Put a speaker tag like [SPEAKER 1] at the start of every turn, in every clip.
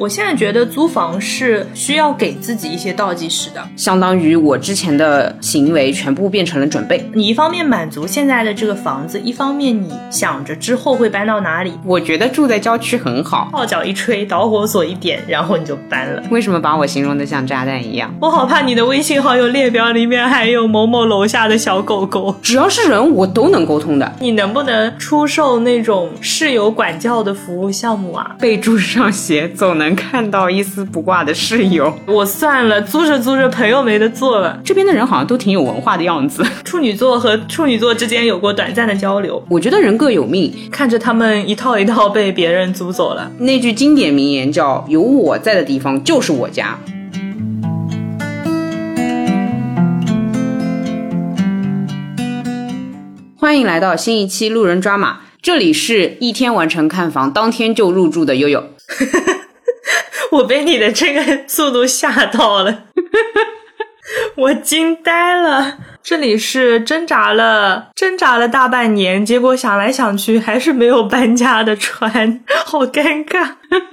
[SPEAKER 1] 我现在觉得租房是需要给自己一些倒计时的，
[SPEAKER 2] 相当于我之前的行为全部变成了准备。
[SPEAKER 1] 你一方面满足现在的这个房子，一方面你想着之后会搬到哪里。
[SPEAKER 2] 我觉得住在郊区很好，
[SPEAKER 1] 号角一吹，导火索一点，然后你就搬了。
[SPEAKER 2] 为什么把我形容的像炸弹一样？
[SPEAKER 1] 我好怕你的微信好友列表里面还有某某楼下的小狗狗。
[SPEAKER 2] 只要是人我都能沟通的。
[SPEAKER 1] 你能不能出售那种室友管教的服务项目啊？
[SPEAKER 2] 备注上写总能看到一丝不挂的室友。
[SPEAKER 1] 我算了，租着租着朋友没得做了。
[SPEAKER 2] 这边的人好像都挺有文化的样子。
[SPEAKER 1] 处女座和处女座之间有过短暂的交流。
[SPEAKER 2] 我觉得人各有命，
[SPEAKER 1] 看着他们一套一套被别人租走了。
[SPEAKER 2] 那句经典名言叫有我在的地方就是我家。欢迎来到新一期路人抓马，这里是一天完成看房当天就入住的悠悠。
[SPEAKER 1] 我被你的这个速度吓到了。我惊呆了。这里是挣扎了大半年，结果想来想去还是没有搬家的川，好尴尬。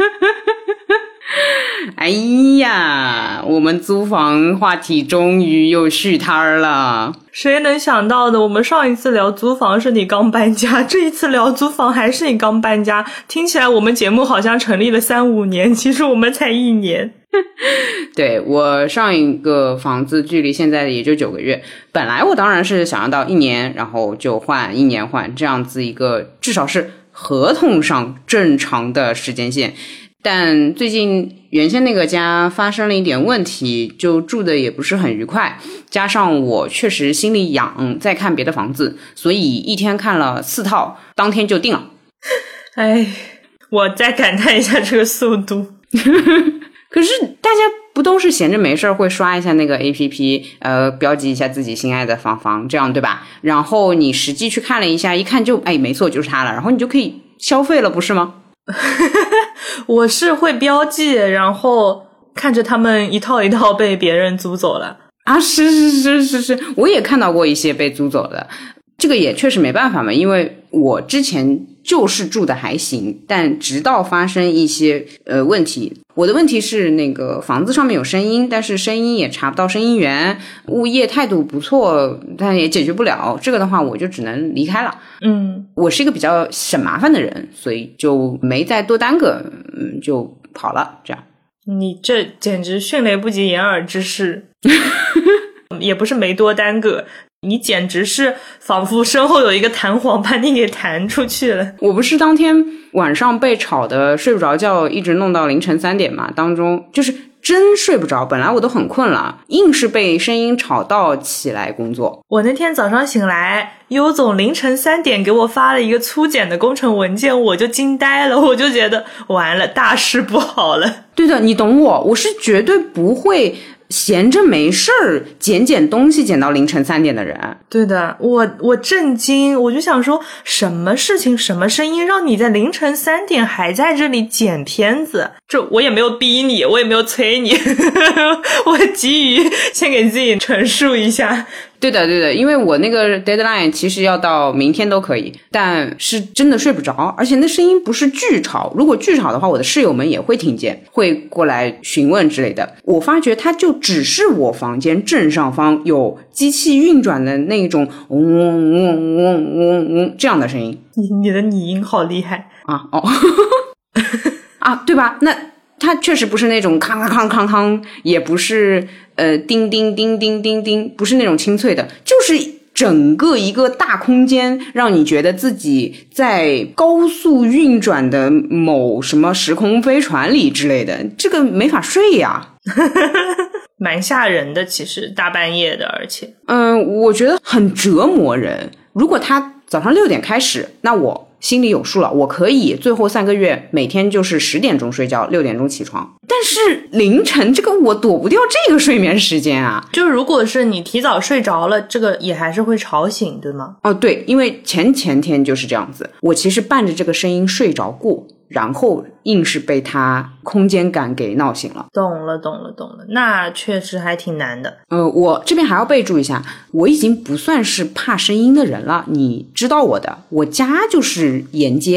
[SPEAKER 2] 哎呀，我们租房话题终于又续摊了。
[SPEAKER 1] 谁能想到的，我们上一次聊租房是你刚搬家，这一次聊租房还是你刚搬家。听起来我们节目好像成立了3-5年，其实我们才1年。
[SPEAKER 2] 对，我上一个房子距离现在也就9个月，本来我当然是想要到1年然后就换，1年换，这样子一个至少是合同上正常的时间线。但最近原先那个家发生了一点问题，就住的也不是很愉快，加上我确实心里痒，在看别的房子，所以一天看了4套，当天就定了。
[SPEAKER 1] 哎，我再感叹一下这个速度。
[SPEAKER 2] 可是大家不都是闲着没事会刷一下那个 APP， 标记一下自己心爱的房，这样对吧？然后你实际去看了一下，一看就没错就是它了，然后你就可以消费了，不是吗？
[SPEAKER 1] 我是会标记，然后看着他们一套一套被别人租走了
[SPEAKER 2] 啊！是，我也看到过一些被租走的，这个也确实没办法嘛，因为我之前就是住的还行，但直到发生一些问题。我的问题是那个房子上面有声音，但是声音也查不到声音源，物业态度不错，但也解决不了。这个的话我就只能离开了。我是一个比较省麻烦的人，所以就没再多耽搁，就跑了。这样，
[SPEAKER 1] 你这简直迅雷不及掩耳之势。也不是没多耽搁，你简直是仿佛身后有一个弹簧把你给弹出去了。
[SPEAKER 2] 我不是当天晚上被吵得睡不着觉，一直弄到凌晨3点嘛，当中就是真睡不着，本来我都很困了，硬是被声音吵到起来工作。
[SPEAKER 1] 我那天早上醒来，优总凌晨3点给我发了一个粗简的工程文件，我就惊呆了，我就觉得完了，大事不好了。
[SPEAKER 2] 对的，你懂我是绝对不会闲着没事儿捡东西捡到凌晨3点的人。
[SPEAKER 1] 对的，我震惊，我就想说什么事情什么声音让你在凌晨3点还在这里剪片子。这我也没有逼你，我也没有催你。我急于先给自己陈述一下。
[SPEAKER 2] 对的，因为我那个 deadline 其实要到明天都可以，但是真的睡不着，而且那声音不是巨吵，如果巨吵的话我的室友们也会听见，会过来询问之类的。我发觉它就只是我房间正上方有机器运转的那种嗡嗡嗡嗡嗡这样的声音。
[SPEAKER 1] 你的拟音好厉害
[SPEAKER 2] 啊！哦啊，对吧？那它确实不是那种康康康康康，也不是叮叮叮叮叮叮，不是那种清脆的，就是整个一个大空间，让你觉得自己在高速运转的某什么时空飞船里之类的，这个没法睡呀。
[SPEAKER 1] 蛮吓人的，其实大半夜的，而且
[SPEAKER 2] 我觉得很折磨人。如果他早上6点开始，那我心里有数了，我可以最后3个月每天就是10点钟睡觉，6点钟起床。但是凌晨这个我躲不掉这个睡眠时间啊。
[SPEAKER 1] 就如果是你提早睡着了，这个也还是会吵醒，对吗？
[SPEAKER 2] 哦，对，因为前天就是这样子，我其实伴着这个声音睡着过，然后硬是被他空间感给闹醒了。
[SPEAKER 1] 懂了，那确实还挺难的。
[SPEAKER 2] 我这边还要备注一下，我已经不算是怕声音的人了，你知道我的，我家就是沿街，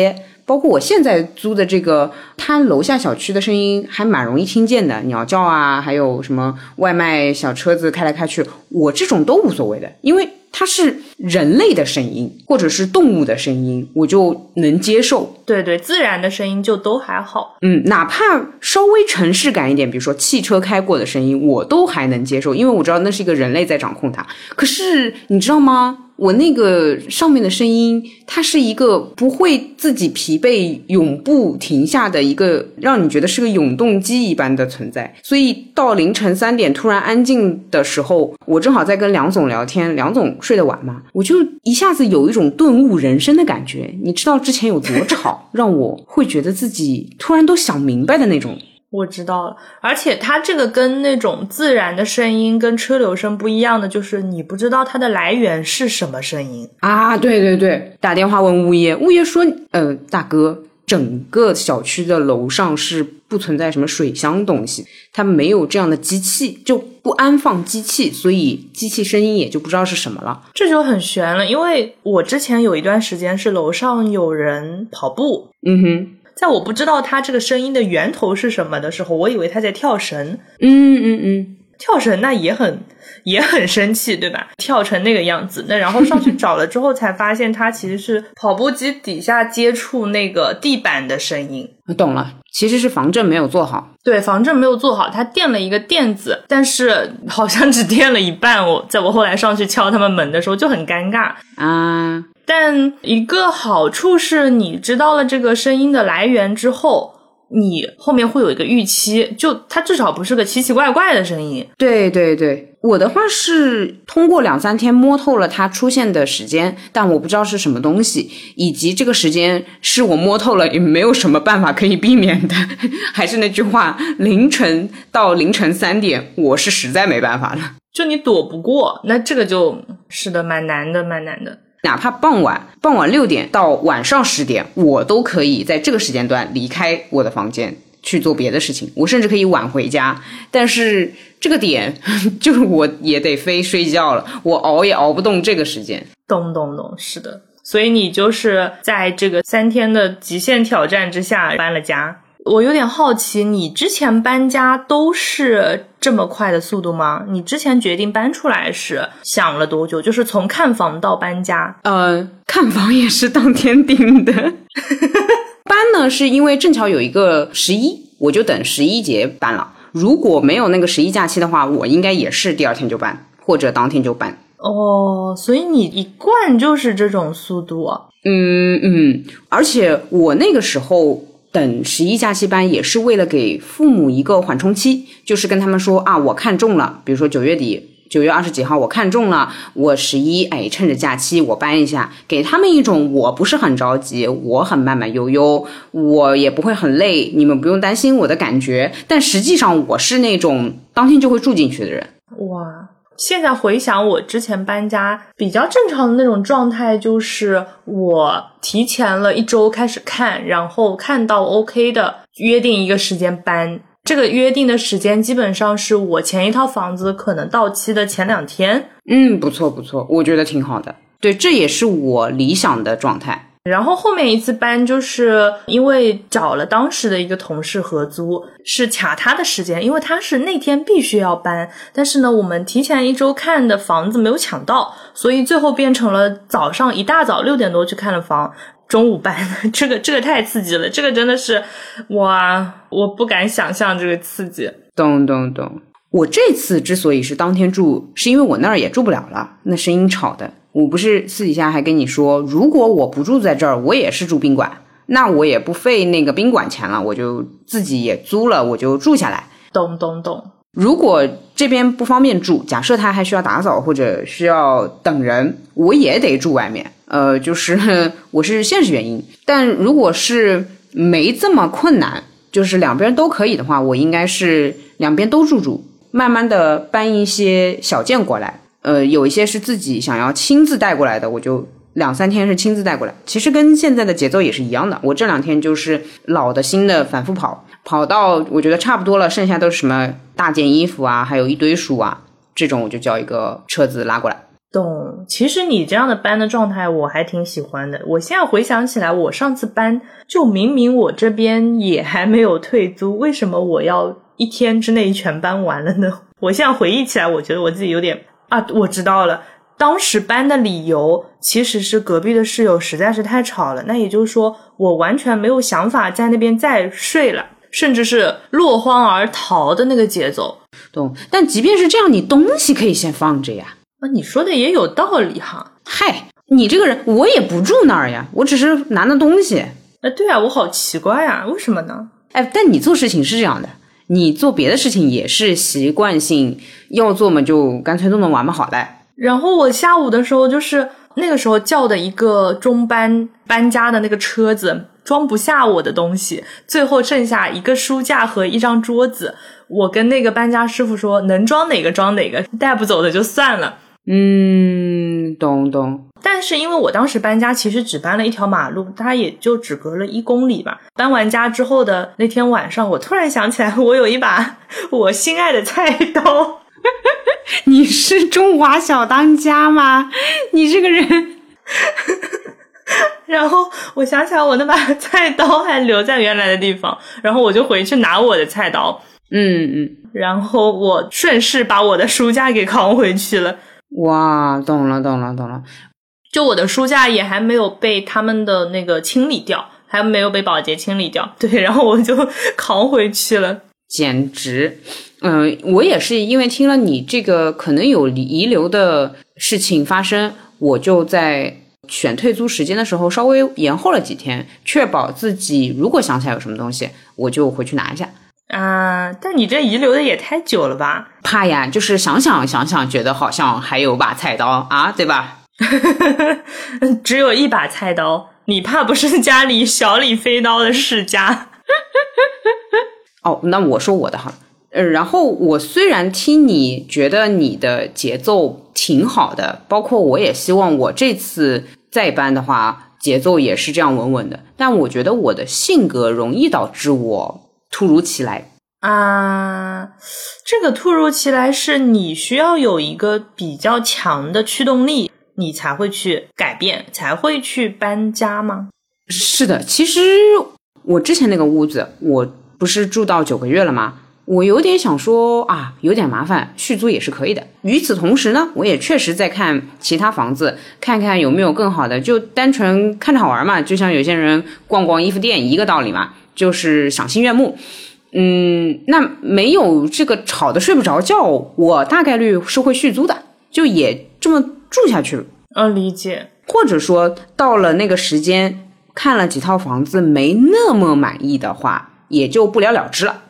[SPEAKER 2] 包括我现在租的这个，它楼下小区的声音还蛮容易听见的，鸟叫啊，还有什么外卖小车子开来开去，我这种都无所谓的，因为它是人类的声音或者是动物的声音，我就能接受。
[SPEAKER 1] 对对，自然的声音就都还好。
[SPEAKER 2] 哪怕稍微城市感一点，比如说汽车开过的声音，我都还能接受，因为我知道那是一个人类在掌控它。可是你知道吗？我那个上面的声音，它是一个不会自己疲惫永不停下的一个让你觉得是个永动机一般的存在，所以到凌晨3点突然安静的时候，我正好在跟梁总聊天，梁总睡得晚嘛，我就一下子有一种顿悟人生的感觉。你知道之前有多吵让我会觉得自己突然都想明白的那种。
[SPEAKER 1] 我知道了，而且它这个跟那种自然的声音跟车流声不一样的，就是你不知道它的来源是什么声音
[SPEAKER 2] 啊。对对对，打电话问物业，物业说大哥，整个小区的楼上是不存在什么水箱东西，它没有这样的机器，就不安放机器，所以机器声音也就不知道是什么了。
[SPEAKER 1] 这就很悬了，因为我之前有一段时间是楼上有人跑步，在我不知道他这个声音的源头是什么的时候，我以为他在跳绳。跳绳那也很生气，对吧？跳成那个样子，那然后上去找了之后才发现他其实是跑步机底下接触那个地板的声音。
[SPEAKER 2] 我懂了，其实是防震没有做好。
[SPEAKER 1] 对，防震没有做好，他垫了一个垫子，但是好像只垫了一半，在我后来上去敲他们门的时候就很尴尬
[SPEAKER 2] 啊。
[SPEAKER 1] 但一个好处是你知道了这个声音的来源之后，你后面会有一个预期，就它至少不是个奇奇怪怪的声音。
[SPEAKER 2] 对对对，我的话是通过2-3天摸透了它出现的时间，但我不知道是什么东西，以及这个时间是我摸透了也没有什么办法可以避免的。还是那句话，凌晨到凌晨3点，我是实在没办法了。
[SPEAKER 1] 就你躲不过，那这个就是的，蛮难的。
[SPEAKER 2] 哪怕傍晚6点到晚上10点，我都可以在这个时间段离开我的房间去做别的事情，我甚至可以晚回家。但是这个点就是我也得非睡觉了，我熬也熬不动这个时间。
[SPEAKER 1] 懂，是的。所以你就是在这个3天的极限挑战之下搬了家。我有点好奇，你之前搬家都是这么快的速度吗？你之前决定搬出来是想了多久？就是从看房到搬家？
[SPEAKER 2] 看房也是当天定的。搬呢是因为正巧有一个11，我就等11节搬了。如果没有那个11假期的话，我应该也是第2天就搬，或者当天就搬。
[SPEAKER 1] 所以你一贯就是这种速度啊？
[SPEAKER 2] 而且我那个时候等11假期搬也是为了给父母一个缓冲期，就是跟他们说啊，我看中了，比如说9月底9月20几号我看中了，我11趁着假期我搬一下，给他们一种我不是很着急，我很慢慢悠悠，我也不会很累，你们不用担心我的感觉。但实际上我是那种当天就会住进去的人。
[SPEAKER 1] 哇，现在回想我之前搬家比较正常的那种状态，就是我提前了1周开始看，然后看到 OK 的约定一个时间搬。这个约定的时间基本上是我前一套房子可能到期的前2天。
[SPEAKER 2] 不错，我觉得挺好的。对，这也是我理想的状态。
[SPEAKER 1] 然后后面一次搬就是因为找了当时的一个同事合租，是卡他的时间，因为他是那天必须要搬，但是呢我们提前1周看的房子没有抢到，所以最后变成了早上一大早6点多去看了房，中午搬。这个太刺激了，这个真的是哇，我不敢想象这个刺激。
[SPEAKER 2] 懂。我这次之所以是当天住，是因为我那儿也住不了了，那声音吵的。我不是私底下还跟你说，如果我不住在这儿，我也是住宾馆，那我也不费那个宾馆钱了，我就自己也租了，我就住下来。
[SPEAKER 1] 懂。
[SPEAKER 2] 如果这边不方便住，假设他还需要打扫或者需要等人，我也得住外面。就是我是现实原因。但如果是没这么困难，就是两边都可以的话，我应该是两边都住，慢慢的搬一些小件过来。有一些是自己想要亲自带过来的，我就2-3天是亲自带过来。其实跟现在的节奏也是一样的，我这2天就是老的新的反复跑到我觉得差不多了，剩下都是什么大件衣服啊，还有一堆书啊，这种我就叫一个车子拉过来。
[SPEAKER 1] 懂，其实你这样的搬的状态我还挺喜欢的。我现在回想起来，我上次搬就明明我这边也还没有退租，为什么我要1天之内全搬完了呢？我现在回忆起来，我觉得我自己有点我知道了，当时搬的理由其实是隔壁的室友实在是太吵了，那也就是说我完全没有想法在那边再睡了，甚至是落荒而逃的那个节奏。
[SPEAKER 2] 懂，但即便是这样，你东西可以先放着呀。
[SPEAKER 1] 你说的也有道理哈。
[SPEAKER 2] 嗨，你这个人我也不住那儿呀，我只是拿那东西。
[SPEAKER 1] 对啊，我好奇怪啊，为什么呢？
[SPEAKER 2] 但你做事情是这样的，你做别的事情也是习惯性要做嘛，就干脆弄完嘛，好嘞。
[SPEAKER 1] 然后我下午的时候就是那个时候叫的一个中搬搬家的那个车子装不下我的东西，最后剩下一个书架和一张桌子，我跟那个搬家师傅说能装哪个装哪个，带不走的就算了。
[SPEAKER 2] 懂。
[SPEAKER 1] 但是因为我当时搬家其实只搬了一条马路，它也就只隔了1公里吧。搬完家之后的那天晚上，我突然想起来我有一把我心爱的菜刀。
[SPEAKER 2] 你是中华小当家吗？你这个人。
[SPEAKER 1] 然后我想起来我那把菜刀还留在原来的地方，然后我就回去拿我的菜刀。然后我顺势把我的书架给扛回去了。
[SPEAKER 2] 哇，懂了。
[SPEAKER 1] 就我的书架也还没有被他们的那个清理掉，还没有被保洁清理掉。对，然后我就扛回去了。
[SPEAKER 2] 简直。我也是因为听了你这个可能有遗留的事情发生，我就在选退租时间的时候稍微延后了几天，确保自己如果想起来有什么东西我就回去拿一下。
[SPEAKER 1] 但你这遗留的也太久了吧？
[SPEAKER 2] 怕呀，就是想想觉得好像还有把菜刀啊，对吧？
[SPEAKER 1] 只有一把菜刀，你怕不是家里小李飞刀的世家？
[SPEAKER 2] 那我说我的哈。然后我虽然听你觉得你的节奏挺好的，包括我也希望我这次再搬的话节奏也是这样稳稳的，但我觉得我的性格容易导致我突如其来。
[SPEAKER 1] 这个突如其来是你需要有一个比较强的驱动力，你才会去改变，才会去搬家吗？
[SPEAKER 2] 是的，其实我之前那个屋子我不是住到9个月了吗？我有点想说有点麻烦，续租也是可以的。与此同时呢，我也确实在看其他房子，看看有没有更好的，就单纯看着好玩嘛，就像有些人逛逛衣服店一个道理嘛，就是赏心悦目。那没有这个吵得睡不着觉，我大概率是会续租的，就也这么住下去。
[SPEAKER 1] 理解。
[SPEAKER 2] 或者说到了那个时间看了几套房子没那么满意的话，也就不了了之了。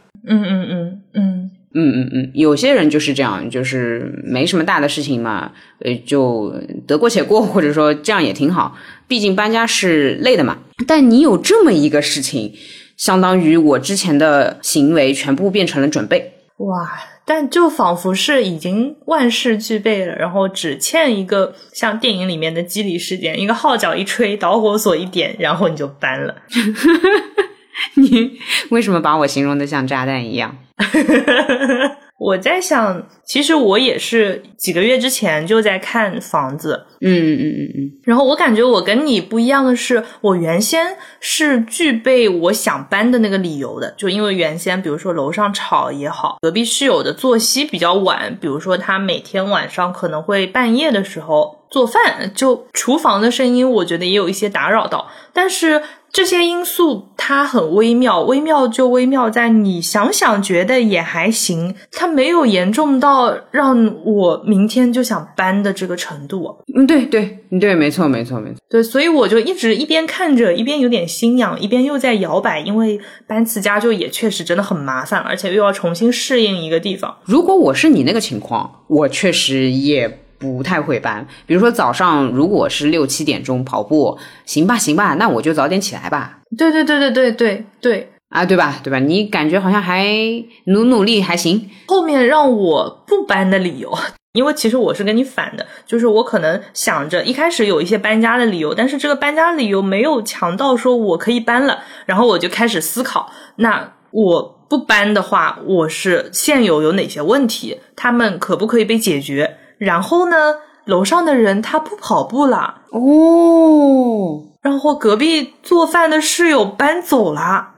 [SPEAKER 2] 有些人就是这样，就是没什么大的事情嘛，就得过且过，或者说这样也挺好，毕竟搬家是累的嘛。但你有这么一个事情，相当于我之前的行为全部变成了准备。
[SPEAKER 1] 哇，但就仿佛是已经万事俱备了，然后只欠一个像电影里面的激励事件，一个号角一吹，导火索一点，然后你就搬了。
[SPEAKER 2] 你为什么把我形容的像炸弹一样？
[SPEAKER 1] 我在想，其实我也是几个月之前就在看房子。然后我感觉我跟你不一样的是，我原先是具备我想搬的那个理由的，就因为原先比如说楼上吵也好，隔壁室友的作息比较晚，比如说他每天晚上可能会半夜的时候做饭，就厨房的声音我觉得也有一些打扰到，但是这些因素它很微妙，微妙就微妙在你想想觉得也还行，它没有严重到让我明天就想搬的这个程度。
[SPEAKER 2] 对，没错。
[SPEAKER 1] 对，所以我就一边看着，一边有点心痒，一边又在摇摆，因为搬次家就也确实真的很麻烦，而且又要重新适应一个地方。
[SPEAKER 2] 如果我是你那个情况，我确实也不太会搬。比如说早上如果是6、7点钟跑步，行吧，那我就早点起来吧。
[SPEAKER 1] 对
[SPEAKER 2] 对吧？你感觉好像还努力还行。
[SPEAKER 1] 后面让我不搬的理由，因为其实我是跟你反的，就是我可能想着一开始有一些搬家的理由，但是这个搬家理由没有强到说我可以搬了，然后我就开始思考，那我不搬的话，我是现有哪些问题，他们可不可以被解决，然后呢楼上的人他不跑步了
[SPEAKER 2] 哦，
[SPEAKER 1] 然后隔壁做饭的室友搬走了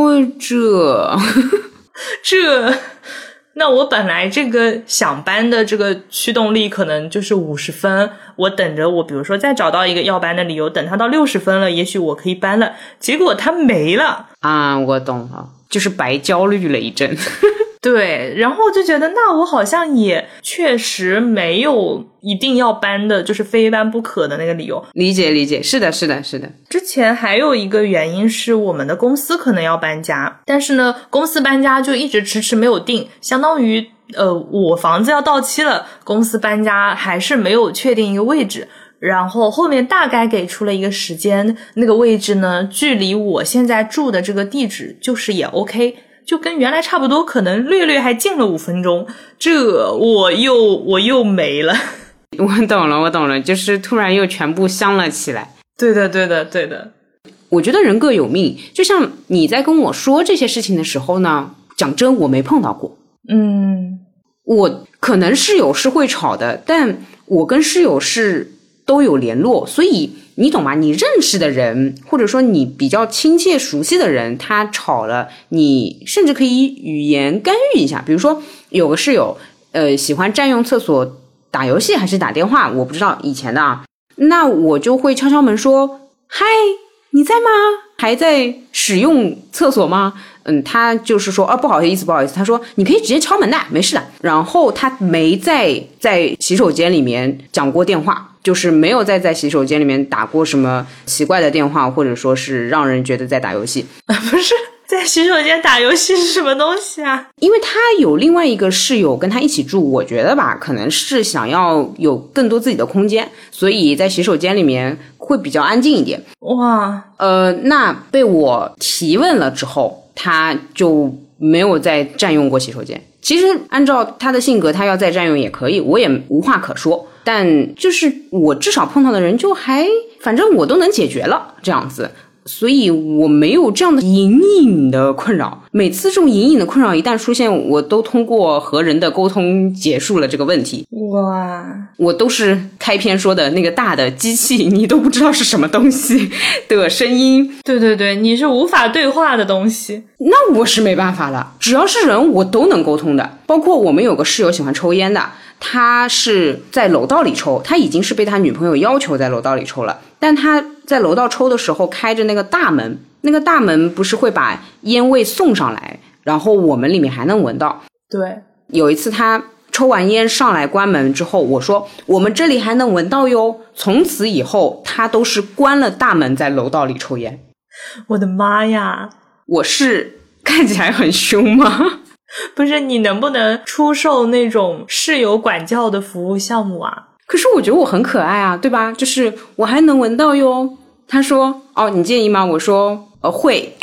[SPEAKER 1] 那我本来这个想搬的这个驱动力可能就是50分，我等着我比如说再找到一个要搬的理由，等他到60分了，也许我可以搬了，结果他没了
[SPEAKER 2] 啊，我懂了，就是白焦虑了一阵
[SPEAKER 1] 对，然后就觉得那我好像也确实没有一定要搬的，就是非搬不可的那个理由。
[SPEAKER 2] 理解，是的。
[SPEAKER 1] 之前还有一个原因是我们的公司可能要搬家，但是呢，公司搬家就一直迟迟没有定，相当于我房子要到期了，公司搬家还是没有确定一个位置。然后后面大概给出了一个时间，那个位置呢，距离我现在住的这个地址就是也 OK。就跟原来差不多，可能略略还近了5分钟，这我又没了。
[SPEAKER 2] 我懂了，就是突然又全部香了起来。
[SPEAKER 1] 对的。
[SPEAKER 2] 我觉得人各有命，就像你在跟我说这些事情的时候呢，讲真我没碰到过。我可能室友是会吵的，但我跟室友是都有联络，所以你懂吗？你认识的人，或者说你比较亲切熟悉的人，他吵了，你甚至可以语言干预一下。比如说有个室友喜欢占用厕所打游戏还是打电话，我不知道以前的啊，那我就会敲敲门说，嗨，你在吗？还在使用厕所吗？他就是说不好意思，他说你可以直接敲门的，没事的。然后他没在洗手间里面讲过电话，就是没有在洗手间里面打过什么奇怪的电话，或者说是让人觉得在打游戏。
[SPEAKER 1] 不是在洗手间打游戏是什么东西啊？
[SPEAKER 2] 因为他有另外一个室友跟他一起住，我觉得吧，可能是想要有更多自己的空间，所以在洗手间里面会比较安静一点。
[SPEAKER 1] 哇，
[SPEAKER 2] 那被我提问了之后，他就没有再占用过洗手间。其实按照他的性格，他要再占用也可以，我也无话可说。但就是我至少碰到的人就还，反正我都能解决了这样子。所以我没有这样的隐隐的困扰，每次这种隐隐的困扰一旦出现，我都通过和人的沟通结束了这个问题。
[SPEAKER 1] 哇，
[SPEAKER 2] 我都是开篇说的那个大的机器，你都不知道是什么东西的声音。
[SPEAKER 1] 对，你是无法对话的东西。
[SPEAKER 2] 那我是没办法了，只要是人我都能沟通的。包括我们有个室友喜欢抽烟的，他是在楼道里抽，他已经是被他女朋友要求在楼道里抽了，但他在楼道抽的时候开着那个大门，那个大门不是会把烟味送上来，然后我们里面还能闻到。
[SPEAKER 1] 对，
[SPEAKER 2] 有一次他抽完烟上来关门之后，我说我们这里还能闻到哟，从此以后他都是关了大门在楼道里抽烟。
[SPEAKER 1] 我的妈呀，
[SPEAKER 2] 我是看起来很凶吗？
[SPEAKER 1] 不是，你能不能出售那种室友管教的服务项目啊？
[SPEAKER 2] 可是我觉得我很可爱啊，对吧？就是我还能闻到哟。他说你介意吗？我说会。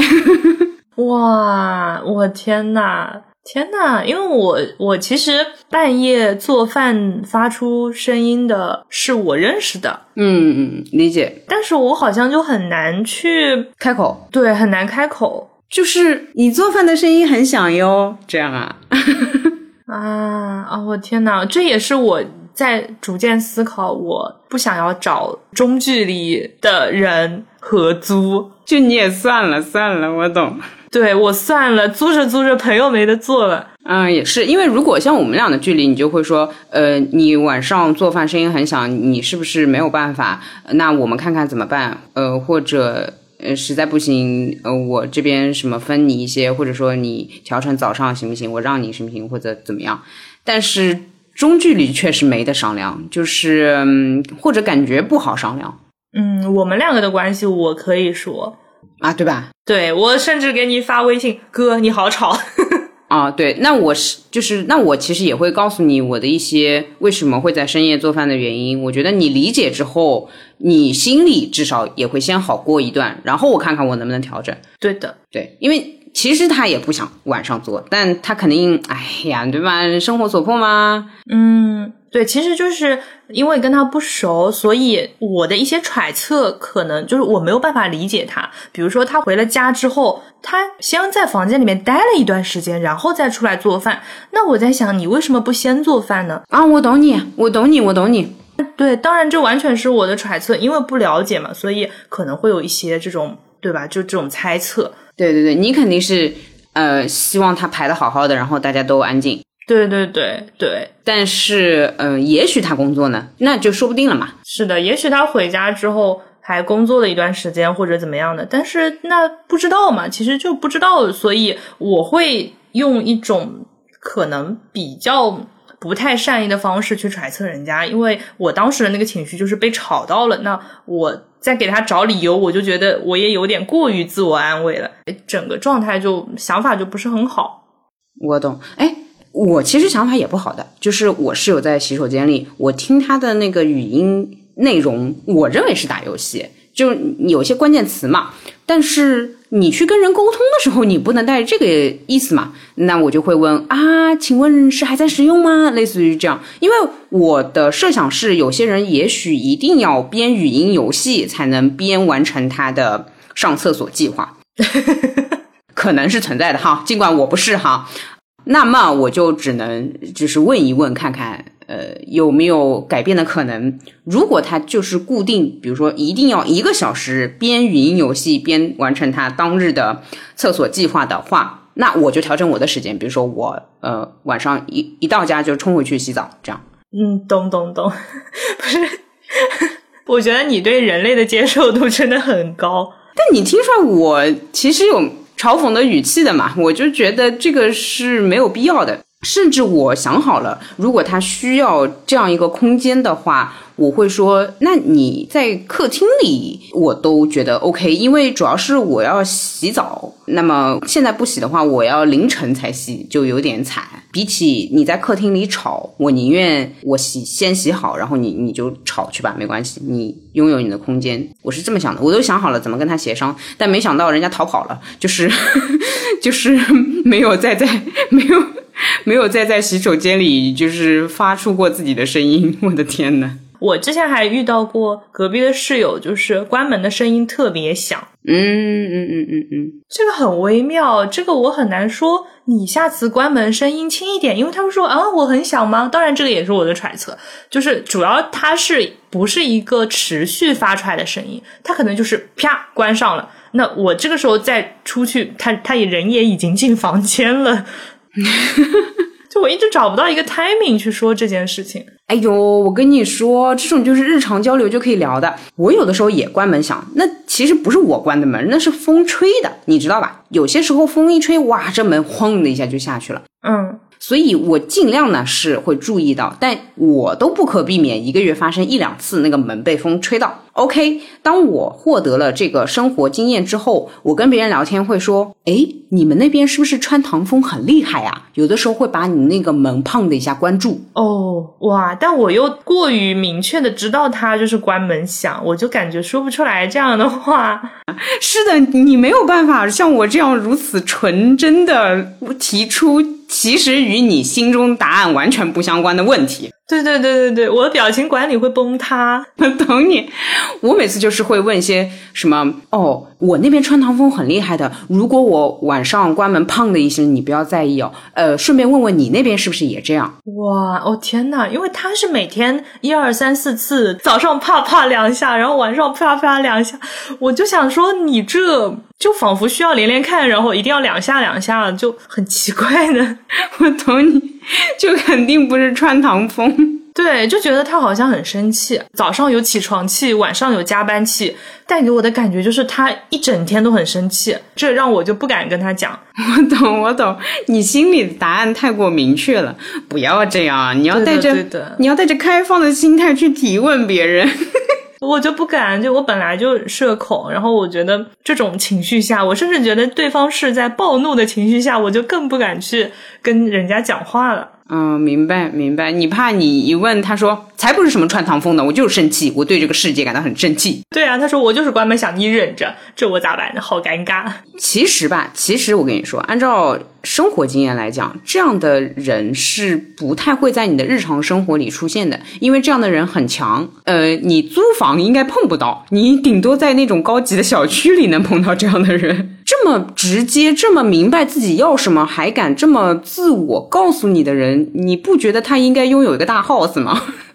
[SPEAKER 1] 哇，我天哪，因为我其实半夜做饭发出声音的是我认识的。
[SPEAKER 2] 理解。
[SPEAKER 1] 但是我好像就很难去
[SPEAKER 2] 开口。
[SPEAKER 1] 对，很难开口。
[SPEAKER 2] 就是你做饭的声音很响哟，这样啊。
[SPEAKER 1] 我天哪，这也是我在逐渐思考，我不想要找中距离的人合租。
[SPEAKER 2] 就你也算了，我懂。
[SPEAKER 1] 对，我算了，租着朋友没得做了。
[SPEAKER 2] 也是，因为如果像我们俩的距离，你就会说你晚上做饭声音很响，你是不是没有办法？那我们看看怎么办？或者实在不行，我这边什么分你一些，或者说你调成早上行不行？我让你行不行？或者怎么样？但是中距离确实没得商量，就是或者感觉不好商量。
[SPEAKER 1] 我们两个的关系我可以说
[SPEAKER 2] 啊，对吧？
[SPEAKER 1] 对，我甚至给你发微信，哥你好吵。
[SPEAKER 2] 对，那我其实也会告诉你我的一些为什么会在深夜做饭的原因。我觉得你理解之后，你心里至少也会先好过一段，然后我看看我能不能调整。
[SPEAKER 1] 对的，
[SPEAKER 2] 对，因为其实他也不想晚上做，但他肯定对吧，生活所迫嘛。
[SPEAKER 1] 对，其实就是因为跟他不熟，所以我的一些揣测可能就是我没有办法理解他。比如说他回了家之后，他先在房间里面待了一段时间，然后再出来做饭。那我在想，你为什么不先做饭呢？
[SPEAKER 2] 我懂你。
[SPEAKER 1] 对，当然这完全是我的揣测，因为不了解嘛，所以可能会有一些这种，对吧？就这种猜测。
[SPEAKER 2] 对对对，你肯定是希望他排得好好的，然后大家都安静。
[SPEAKER 1] 对对对对，
[SPEAKER 2] 但是也许他工作呢，那就说不定了嘛。
[SPEAKER 1] 是的，也许他回家之后还工作了一段时间或者怎么样的，但是那不知道嘛，其实就不知道，所以我会用一种可能比较不太善意的方式去揣测人家，因为我当时的那个情绪就是被吵到了，那我再给他找理由，我就觉得我也有点过于自我安慰了，整个状态就想法就不是很好。
[SPEAKER 2] 我懂。我其实想法也不好的，就是我室友在洗手间里，我听他的那个语音内容，我认为是打游戏，就有些关键词嘛，但是你去跟人沟通的时候，你不能带着这个意思嘛，那我就会问啊，请问是还在使用吗？类似于这样，因为我的设想是，有些人也许一定要编语音游戏才能边完成他的上厕所计划，可能是存在的哈，尽管我不是哈。那么我就只能就是问一问看看有没有改变的可能。如果他就是固定，比如说一定要1个小时边语音游戏边完成他当日的厕所计划的话，那我就调整我的时间，比如说我晚上一到家就冲回去洗澡，这样。
[SPEAKER 1] 懂，不是我觉得你对人类的接受度真的很高，
[SPEAKER 2] 但你听出来我其实有嘲讽的语气的嘛，我就觉得这个是没有必要的。甚至我想好了，如果他需要这样一个空间的话，我会说那你在客厅里我都觉得 OK， 因为主要是我要洗澡，那么现在不洗的话我要凌晨才洗，就有点惨。比起你在客厅里吵，我宁愿我先洗好，然后你就吵去吧，没关系，你拥有你的空间。我是这么想的，我都想好了怎么跟他协商，但没想到人家逃跑了，就是没有再在洗手间里就是发出过自己的声音。我的天哪，
[SPEAKER 1] 我之前还遇到过隔壁的室友，就是关门的声音特别响。这个很微妙，这个我很难说你下次关门声音轻一点，因为他们说啊我很响吗？当然这个也是我的揣测，就是主要它是不是一个持续发出来的声音，它可能就是啪关上了，那我这个时候再出去，他人也已经进房间了。就我一直找不到一个 timing 去说这件事情。
[SPEAKER 2] 哎呦，我跟你说，这种就是日常交流就可以聊的。我有的时候也关门响，那其实不是我关的门，那是风吹的，你知道吧？有些时候风一吹，哇，这门晃的一下就下去了。所以我尽量呢是会注意到，但我都不可避免1个月发生1、2次那个门被风吹到。OK， 当我获得了这个生活经验之后，我跟别人聊天会说，诶，你们那边是不是穿堂风很厉害啊？有的时候会把你那个门砰的一下关住。
[SPEAKER 1] 哇，但我又过于明确的知道它就是关门响，我就感觉说不出来这样的话。
[SPEAKER 2] 是的，你没有办法像我这样如此纯真的提出其实与你心中答案完全不相关的问题。
[SPEAKER 1] 对，我的表情管理会崩塌。
[SPEAKER 2] 懂你。我每次就是会问一些什么，我那边穿堂风很厉害的，如果我晚上关门砰的一声，你不要在意哦。顺便问问你那边是不是也这样？
[SPEAKER 1] 哇，天哪，因为他是每天1、2、3、4次，早上啪啪2下，然后晚上啪啪2下，我就想说你这就仿佛需要连连看，然后一定要2下，就很奇怪呢。
[SPEAKER 2] 我懂你，就肯定不是穿堂风。
[SPEAKER 1] 对，就觉得他好像很生气，早上有起床气，晚上有加班气，带给我的感觉就是他一整天都很生气，这让我就不敢跟他讲。
[SPEAKER 2] 我懂，你心里的答案太过明确了，不要这样，你要带着开放的心态去提问别人。
[SPEAKER 1] 我就不敢，就我本来就社恐，然后我觉得这种情绪下，我甚至觉得对方是在暴怒的情绪下，我就更不敢去跟人家讲话了。
[SPEAKER 2] 明白，你怕你一问他说才不是什么穿堂风呢，我就是生气，我对这个世界感到很生气。
[SPEAKER 1] 对啊，他说我就是关门响，你忍着，这我咋办？好尴尬。
[SPEAKER 2] 其实我跟你说，按照生活经验来讲，这样的人是不太会在你的日常生活里出现的，因为这样的人很强。你租房应该碰不到，你顶多在那种高级的小区里能碰到这样的人。这么直接，这么明白自己要什么，还敢这么自我告诉你的人，你不觉得他应该拥有一个大 house 吗？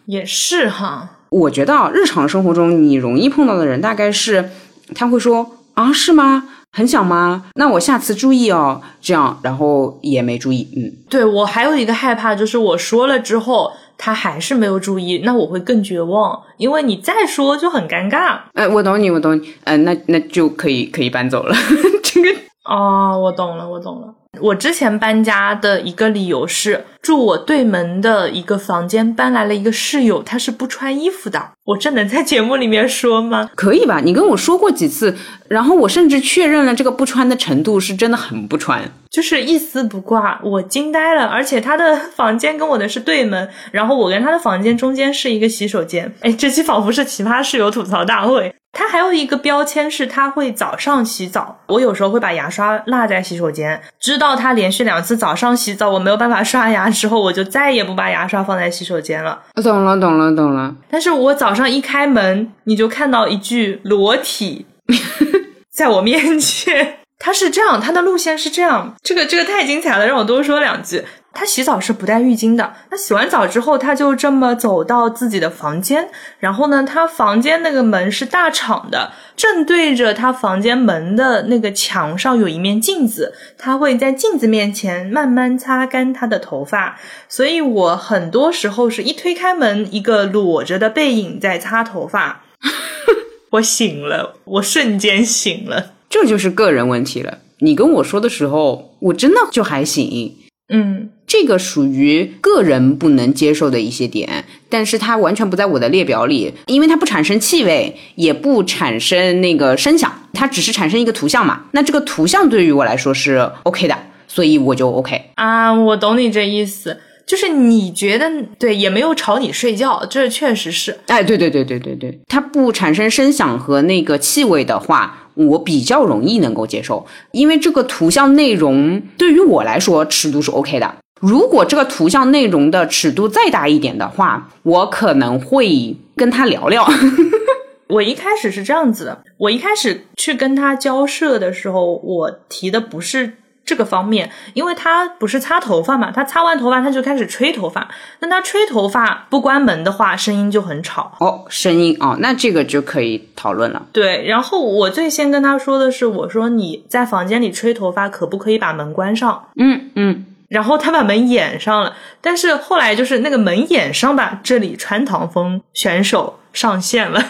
[SPEAKER 1] 也是哈。
[SPEAKER 2] 我觉得日常生活中你容易碰到的人大概是他会说啊，是吗？很想吗？那我下次注意哦，这样，然后也没注意。
[SPEAKER 1] 对，我还有一个害怕，就是我说了之后他还是没有注意，那我会更绝望，因为你再说就很尴尬。
[SPEAKER 2] 我懂你，那就可以搬走了。这个
[SPEAKER 1] 我懂了。我之前搬家的一个理由是住我对门的一个房间搬来了一个室友，他是不穿衣服的。我这能在节目里面说吗？
[SPEAKER 2] 可以吧，你跟我说过几次，然后我甚至确认了这个不穿的程度是真的很不穿，
[SPEAKER 1] 就是一丝不挂，我惊呆了。而且他的房间跟我的是对门，然后我跟他的房间中间是一个洗手间。这期仿佛是奇葩室友吐槽大会。他还有一个标签是他会早上洗澡，我有时候会把牙刷落在洗手间，知道他连续2次早上洗澡我没有办法刷牙之后，我就再也不把牙刷放在洗手间了。
[SPEAKER 2] 懂了。
[SPEAKER 1] 但是我早上一开门，你就看到一具裸体在我面前。他是这样，他的路线是这样，这个太精彩了，让我多说2句。他洗澡是不带浴巾的，他洗完澡之后他就这么走到自己的房间，然后呢他房间那个门是大敞的，正对着他房间门的那个墙上有一面镜子，他会在镜子面前慢慢擦干他的头发，所以我很多时候是一推开门，一个裸着的背影在擦头发。我醒了，我瞬间醒了。
[SPEAKER 2] 这就是个人问题了，你跟我说的时候我真的就还行。这个属于个人不能接受的一些点，但是它完全不在我的列表里，因为它不产生气味，也不产生那个声响，它只是产生一个图像嘛。那这个图像对于我来说是 OK 的，所以我就 OK
[SPEAKER 1] 啊。我懂你这意思，就是你觉得对，也没有吵你睡觉，这确实是。
[SPEAKER 2] 对，它不产生声响和那个气味的话，我比较容易能够接受，因为这个图像内容对于我来说尺度是 OK 的。如果这个图像内容的尺度再大一点的话，我可能会跟他聊聊。
[SPEAKER 1] 我一开始是这样子的，我一开始去跟他交涉的时候，我提的不是这个方面，因为他不是擦头发嘛，他擦完头发他就开始吹头发，那他吹头发不关门的话声音就很吵。
[SPEAKER 2] 声音那这个就可以讨论了。
[SPEAKER 1] 对，然后我最先跟他说的是，我说你在房间里吹头发可不可以把门关上？然后他把门掩上了，但是后来就是那个门掩上吧，这里穿堂风选手上线了。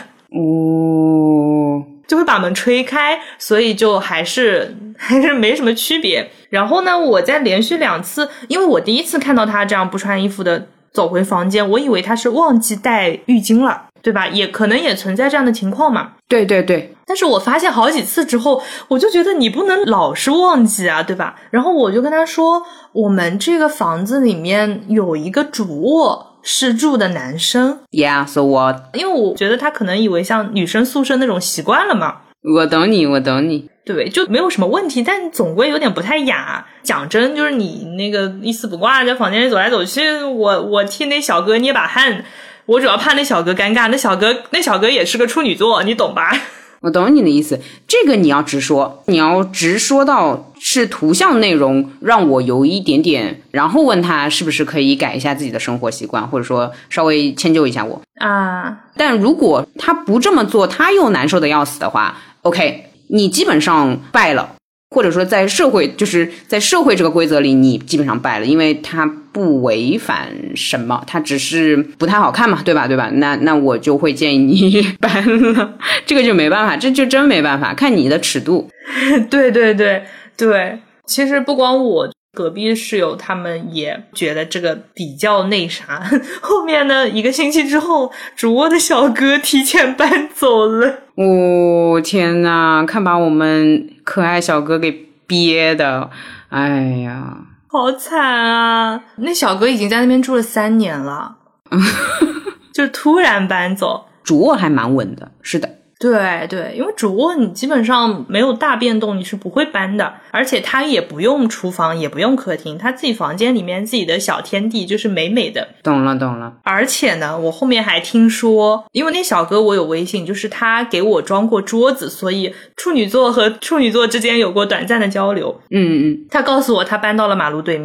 [SPEAKER 1] 就会把门吹开，所以就还是没什么区别。然后呢，我在连续2次，因为我第一次看到他这样不穿衣服的走回房间，我以为他是忘记带浴巾了，对吧？也可能也存在这样的情况嘛。
[SPEAKER 2] 对。
[SPEAKER 1] 但是我发现好几次之后，我就觉得你不能老是忘记啊，对吧？然后我就跟他说，我们这个房子里面有一个主卧是住的男生。
[SPEAKER 2] Yeah, so what?
[SPEAKER 1] 因为我觉得他可能以为像女生宿舍那种习惯了嘛。
[SPEAKER 2] 我懂你
[SPEAKER 1] 对，就没有什么问题，但总归有点不太雅。讲真，就是你那个一丝不挂在房间里走来走去，我替那小哥捏把汗，我主要怕那小哥尴尬，那小哥也是个处女座，你懂吧？
[SPEAKER 2] 我懂你的意思，这个你要直说，你要直说到是图像内容让我有一点点，然后问他是不是可以改一下自己的生活习惯，或者说稍微迁就一下我
[SPEAKER 1] 啊。
[SPEAKER 2] 但如果他不这么做，他又难受的要死的话 OK， 你基本上败了，或者说在社会这个规则里你基本上败了，因为他不违反什么，他只是不太好看嘛，对吧？那我就会建议你搬了，这个就没办法，这就真没办法，看你的尺度。对，其实不光我，隔壁室友他们也觉得这个比较那啥。后面呢，1个星期之后，主卧的小哥提前搬走了。 天哪，看把我们可爱小哥给憋的，哎呀，
[SPEAKER 1] 好惨啊！那小哥已经在那边住了3年了，就突然搬走。
[SPEAKER 2] 主卧还蛮稳的，是的。
[SPEAKER 1] 对，因为主卧你基本上没有大变动，你是不会搬的，而且他也不用厨房，也不用客厅，他自己房间里面自己的小天地就是美美的。
[SPEAKER 2] 懂了。
[SPEAKER 1] 而且呢，我后面还听说，因为那小哥我有微信，就是他给我装过桌子，所以处女座和处女座之间有过短暂的交流。他告诉我他搬到了马路对面，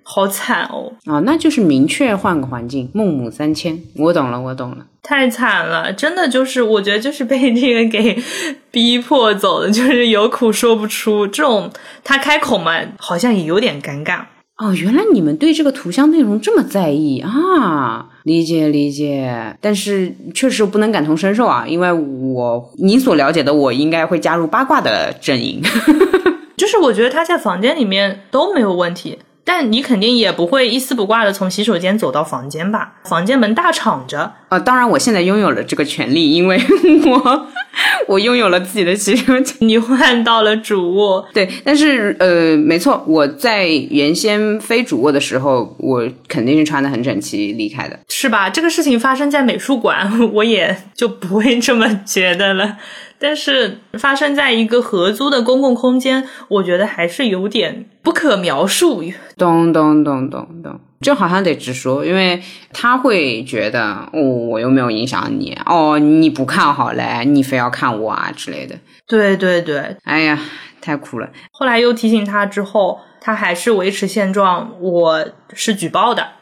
[SPEAKER 1] 好惨哦。
[SPEAKER 2] 那就是明确换个环境，孟母三迁。我懂了。
[SPEAKER 1] 太惨了，真的就是我觉得就是被这个给逼迫走的，就是有苦说不出，这种他开口嘛好像也有点尴尬。
[SPEAKER 2] 原来你们对这个图像内容这么在意啊，理解，但是确实不能感同身受啊，因为你所了解的我应该会加入八卦的阵营。
[SPEAKER 1] 就是我觉得他在房间里面都没有问题，但你肯定也不会一丝不挂的从洗手间走到房间吧？房间门大敞着。
[SPEAKER 2] 当然我现在拥有了这个权利，因为我拥有了自己的洗手间。
[SPEAKER 1] 你换到了主卧。
[SPEAKER 2] 对，但是没错，我在原先非主卧的时候，我肯定是穿得很整齐离开的。
[SPEAKER 1] 是吧？这个事情发生在美术馆，我也就不会这么觉得了。但是发生在一个合租的公共空间，我觉得还是有点不可描述。
[SPEAKER 2] 懂，这好像得直说，因为他会觉得我又没有影响你，你不看好嘞，你非要看我啊之类的。
[SPEAKER 1] 对，
[SPEAKER 2] 哎呀，太苦了。
[SPEAKER 1] 后来又提醒他之后，他还是维持现状，我是举报的。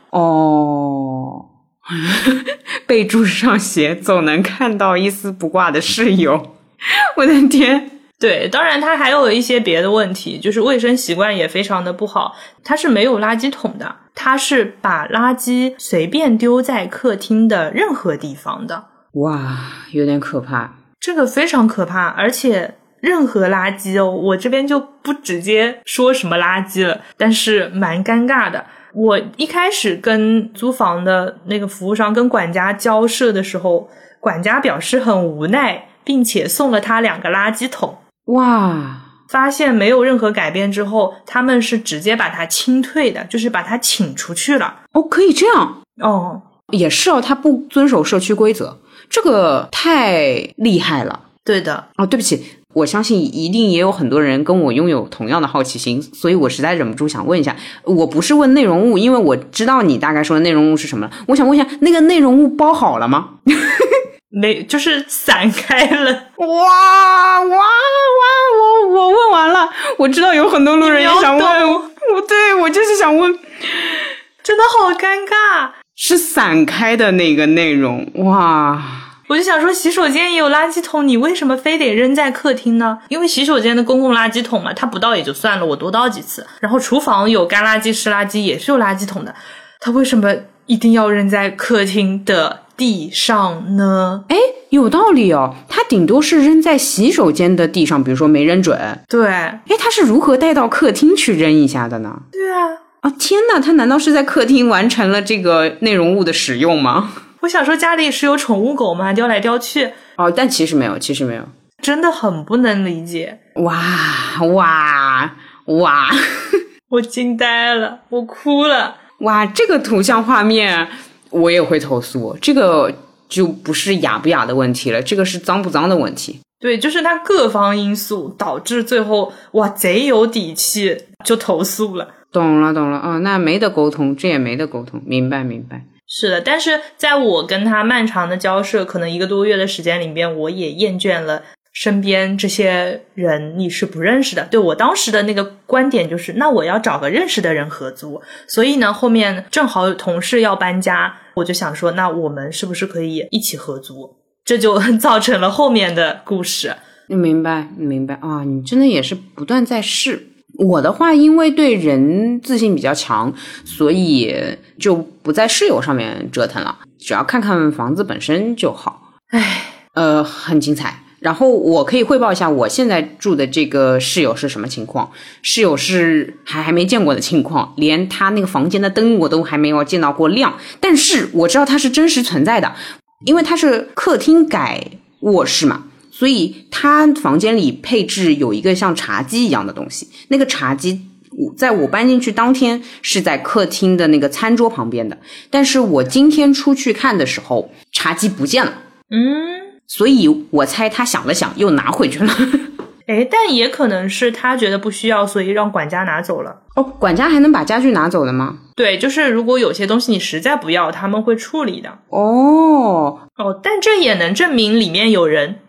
[SPEAKER 2] 备注上写总能看到一丝不挂的室友。我的天。
[SPEAKER 1] 对，当然他还有一些别的问题，就是卫生习惯也非常的不好。他是没有垃圾桶的，他是把垃圾随便丢在客厅的任何地方的。
[SPEAKER 2] 哇，有点可怕。
[SPEAKER 1] 这个非常可怕，而且任何垃圾哦，我这边就不直接说什么垃圾了，但是蛮尴尬的。我一开始跟租房的那个服务商跟管家交涉的时候，管家表示很无奈，并且送了他2个垃圾桶。
[SPEAKER 2] 哇，
[SPEAKER 1] 发现没有任何改变之后，他们是直接把他清退的，就是把他请出去了。
[SPEAKER 2] 可以这样。也是他不遵守社区规则，这个太厉害了。
[SPEAKER 1] 对的。
[SPEAKER 2] 对不起，我相信一定也有很多人跟我拥有同样的好奇心，所以我实在忍不住想问一下，我不是问内容物，因为我知道你大概说的内容物是什么了，我想问一下，那个内容物包好了吗？
[SPEAKER 1] 没，就是散开了。
[SPEAKER 2] 哇，我问完了，我知道有很多路人也想问我就是想问，
[SPEAKER 1] 真的好尴尬。
[SPEAKER 2] 是散开的那个内容。哇，
[SPEAKER 1] 我就想说洗手间也有垃圾桶，你为什么非得扔在客厅呢？因为洗手间的公共垃圾桶嘛，它不倒也就算了，我多倒几次。然后厨房有干垃圾湿垃圾也是有垃圾桶的，它为什么一定要扔在客厅的地上呢？
[SPEAKER 2] 有道理哦，他顶多是扔在洗手间的地上，比如说没扔准。
[SPEAKER 1] 对。
[SPEAKER 2] 他是如何带到客厅去扔一下的呢？
[SPEAKER 1] 对啊。
[SPEAKER 2] 天哪，他难道是在客厅完成了这个内容物的使用吗？
[SPEAKER 1] 我想说家里是有宠物狗吗？叼来叼去。
[SPEAKER 2] 但其实没有。
[SPEAKER 1] 真的很不能理解。
[SPEAKER 2] 哇
[SPEAKER 1] 我惊呆了，我哭了。
[SPEAKER 2] 哇，这个图像画面我也会投诉，这个就不是雅不雅的问题了，这个是脏不脏的问题。
[SPEAKER 1] 对，就是它各方因素导致最后贼有底气就投诉了。
[SPEAKER 2] 懂了那没得沟通，这也没得沟通，明白。
[SPEAKER 1] 是的，但是在我跟他漫长的交涉可能1个多月的时间里面，我也厌倦了身边这些人你是不认识的。对，我当时的那个观点就是那我要找个认识的人合租，所以呢后面正好有同事要搬家，我就想说那我们是不是可以一起合租，这就造成了后面的故事。
[SPEAKER 2] 明白你真的也是不断在试。我的话因为对人自信比较强，所以就不在室友上面折腾了，只要看看房子本身就好。很精彩。然后我可以汇报一下我现在住的这个室友是什么情况。室友是还没见过的情况，连他那个房间的灯我都还没有见到过亮，但是我知道它是真实存在的，因为它是客厅改卧室嘛，所以他房间里配置有一个像茶几一样的东西，那个茶几在我搬进去当天是在客厅的那个餐桌旁边的，但是我今天出去看的时候茶几不见了。所以我猜他想了想又拿回去了。
[SPEAKER 1] 但也可能是他觉得不需要，所以让管家拿走了。
[SPEAKER 2] 管家还能把家具拿走的吗？
[SPEAKER 1] 对，就是如果有些东西你实在不要，他们会处理的。
[SPEAKER 2] 但
[SPEAKER 1] 但这也能证明里面有人。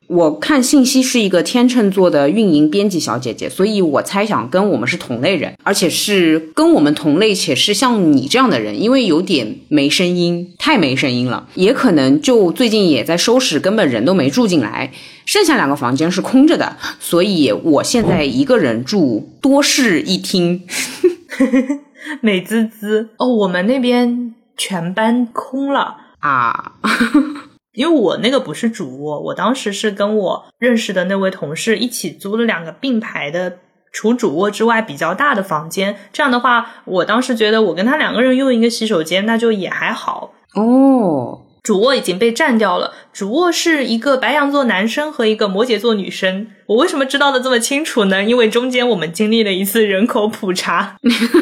[SPEAKER 2] 我看信息是一个天秤座的运营编辑小姐姐，所以我猜想跟我们是同类人，而且是跟我们同类且是像你这样的人，因为有点没声音，太没声音了，也可能就最近也在收拾，根本人都没住进来，剩下2个房间是空着的，所以我现在一个人住，多室一厅。
[SPEAKER 1] 美滋滋哦，我们那边全班空了
[SPEAKER 2] 啊。
[SPEAKER 1] 因为我那个不是主卧，我当时是跟我认识的那位同事一起租了2个并排的除主卧之外比较大的房间，这样的话我当时觉得我跟他2个人用一个洗手间那就也还好
[SPEAKER 2] 哦。
[SPEAKER 1] 主卧已经被占掉了，主卧是一个白羊座男生和一个摩羯座女生。我为什么知道的这么清楚呢？因为中间我们经历了一次人口普查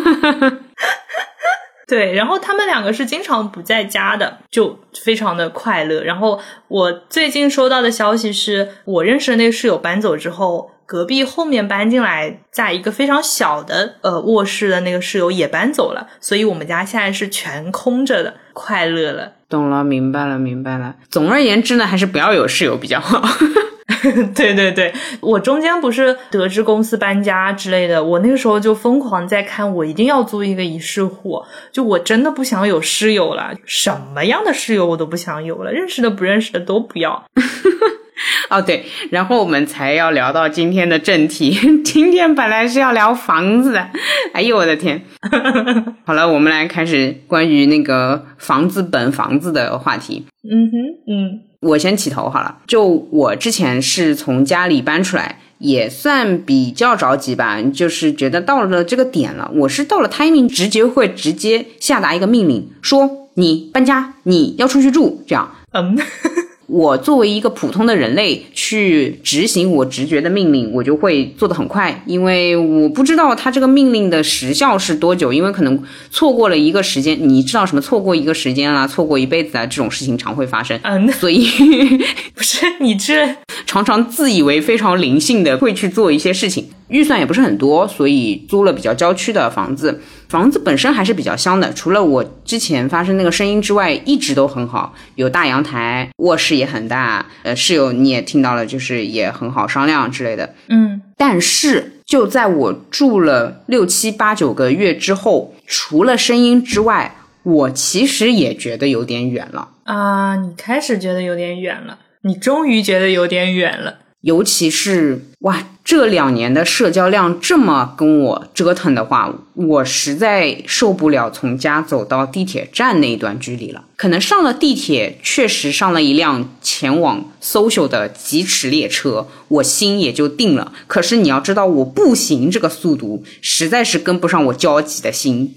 [SPEAKER 1] 对，然后他们2个是经常不在家的，就非常的快乐。然后我最近收到的消息是，我认识的那个室友搬走之后，隔壁后面搬进来在一个非常小的卧室的那个室友也搬走了，所以我们家现在是全空着的，快乐了。
[SPEAKER 2] 懂了，明白了。总而言之呢，还是不要有室友比较好。
[SPEAKER 1] 对对对，我中间不是得知公司搬家之类的，我那个时候就疯狂在看，我一定要租一个一室户，就我真的不想有室友了，什么样的室友我都不想有了，认识的不认识的都不要。
[SPEAKER 2] 哦对，然后我们才要聊到今天的正题。今天本来是要聊房子的，哎呦我的天。好了，我们来开始关于那个房子本房子的话题。我先起头好了。就我之前是从家里搬出来，也算比较着急吧，就是觉得到了这个点了，我是到了 timing 直接下达一个命令，说你搬家，你要出去住，这样。我作为一个普通的人类去执行我直觉的命令，我就会做得很快，因为我不知道他这个命令的时效是多久，因为可能错过了一个时间，你知道什么错过一个时间啦，错过一辈子啊，这种事情常会发生。所以
[SPEAKER 1] 不是你这
[SPEAKER 2] 常常自以为非常灵性的会去做一些事情，预算也不是很多，所以租了比较郊区的房子。房子本身还是比较香的，除了我之前发生那个声音之外，一直都很好，有大阳台，卧室也很大，室友你也听到了，就是也很好商量之类的。但是就在我住了6、7、8、9个月之后，除了声音之外，我其实也觉得有点远了
[SPEAKER 1] 啊！你开始觉得有点远了，你终于觉得有点远了。
[SPEAKER 2] 尤其是哇，这2年的社交量这么跟我折腾的话，我实在受不了从家走到地铁站那一段距离了。可能上了地铁，确实上了一辆前往 social 的疾驰列车，我心也就定了。可是你要知道，我步行这个速度实在是跟不上我焦急的心。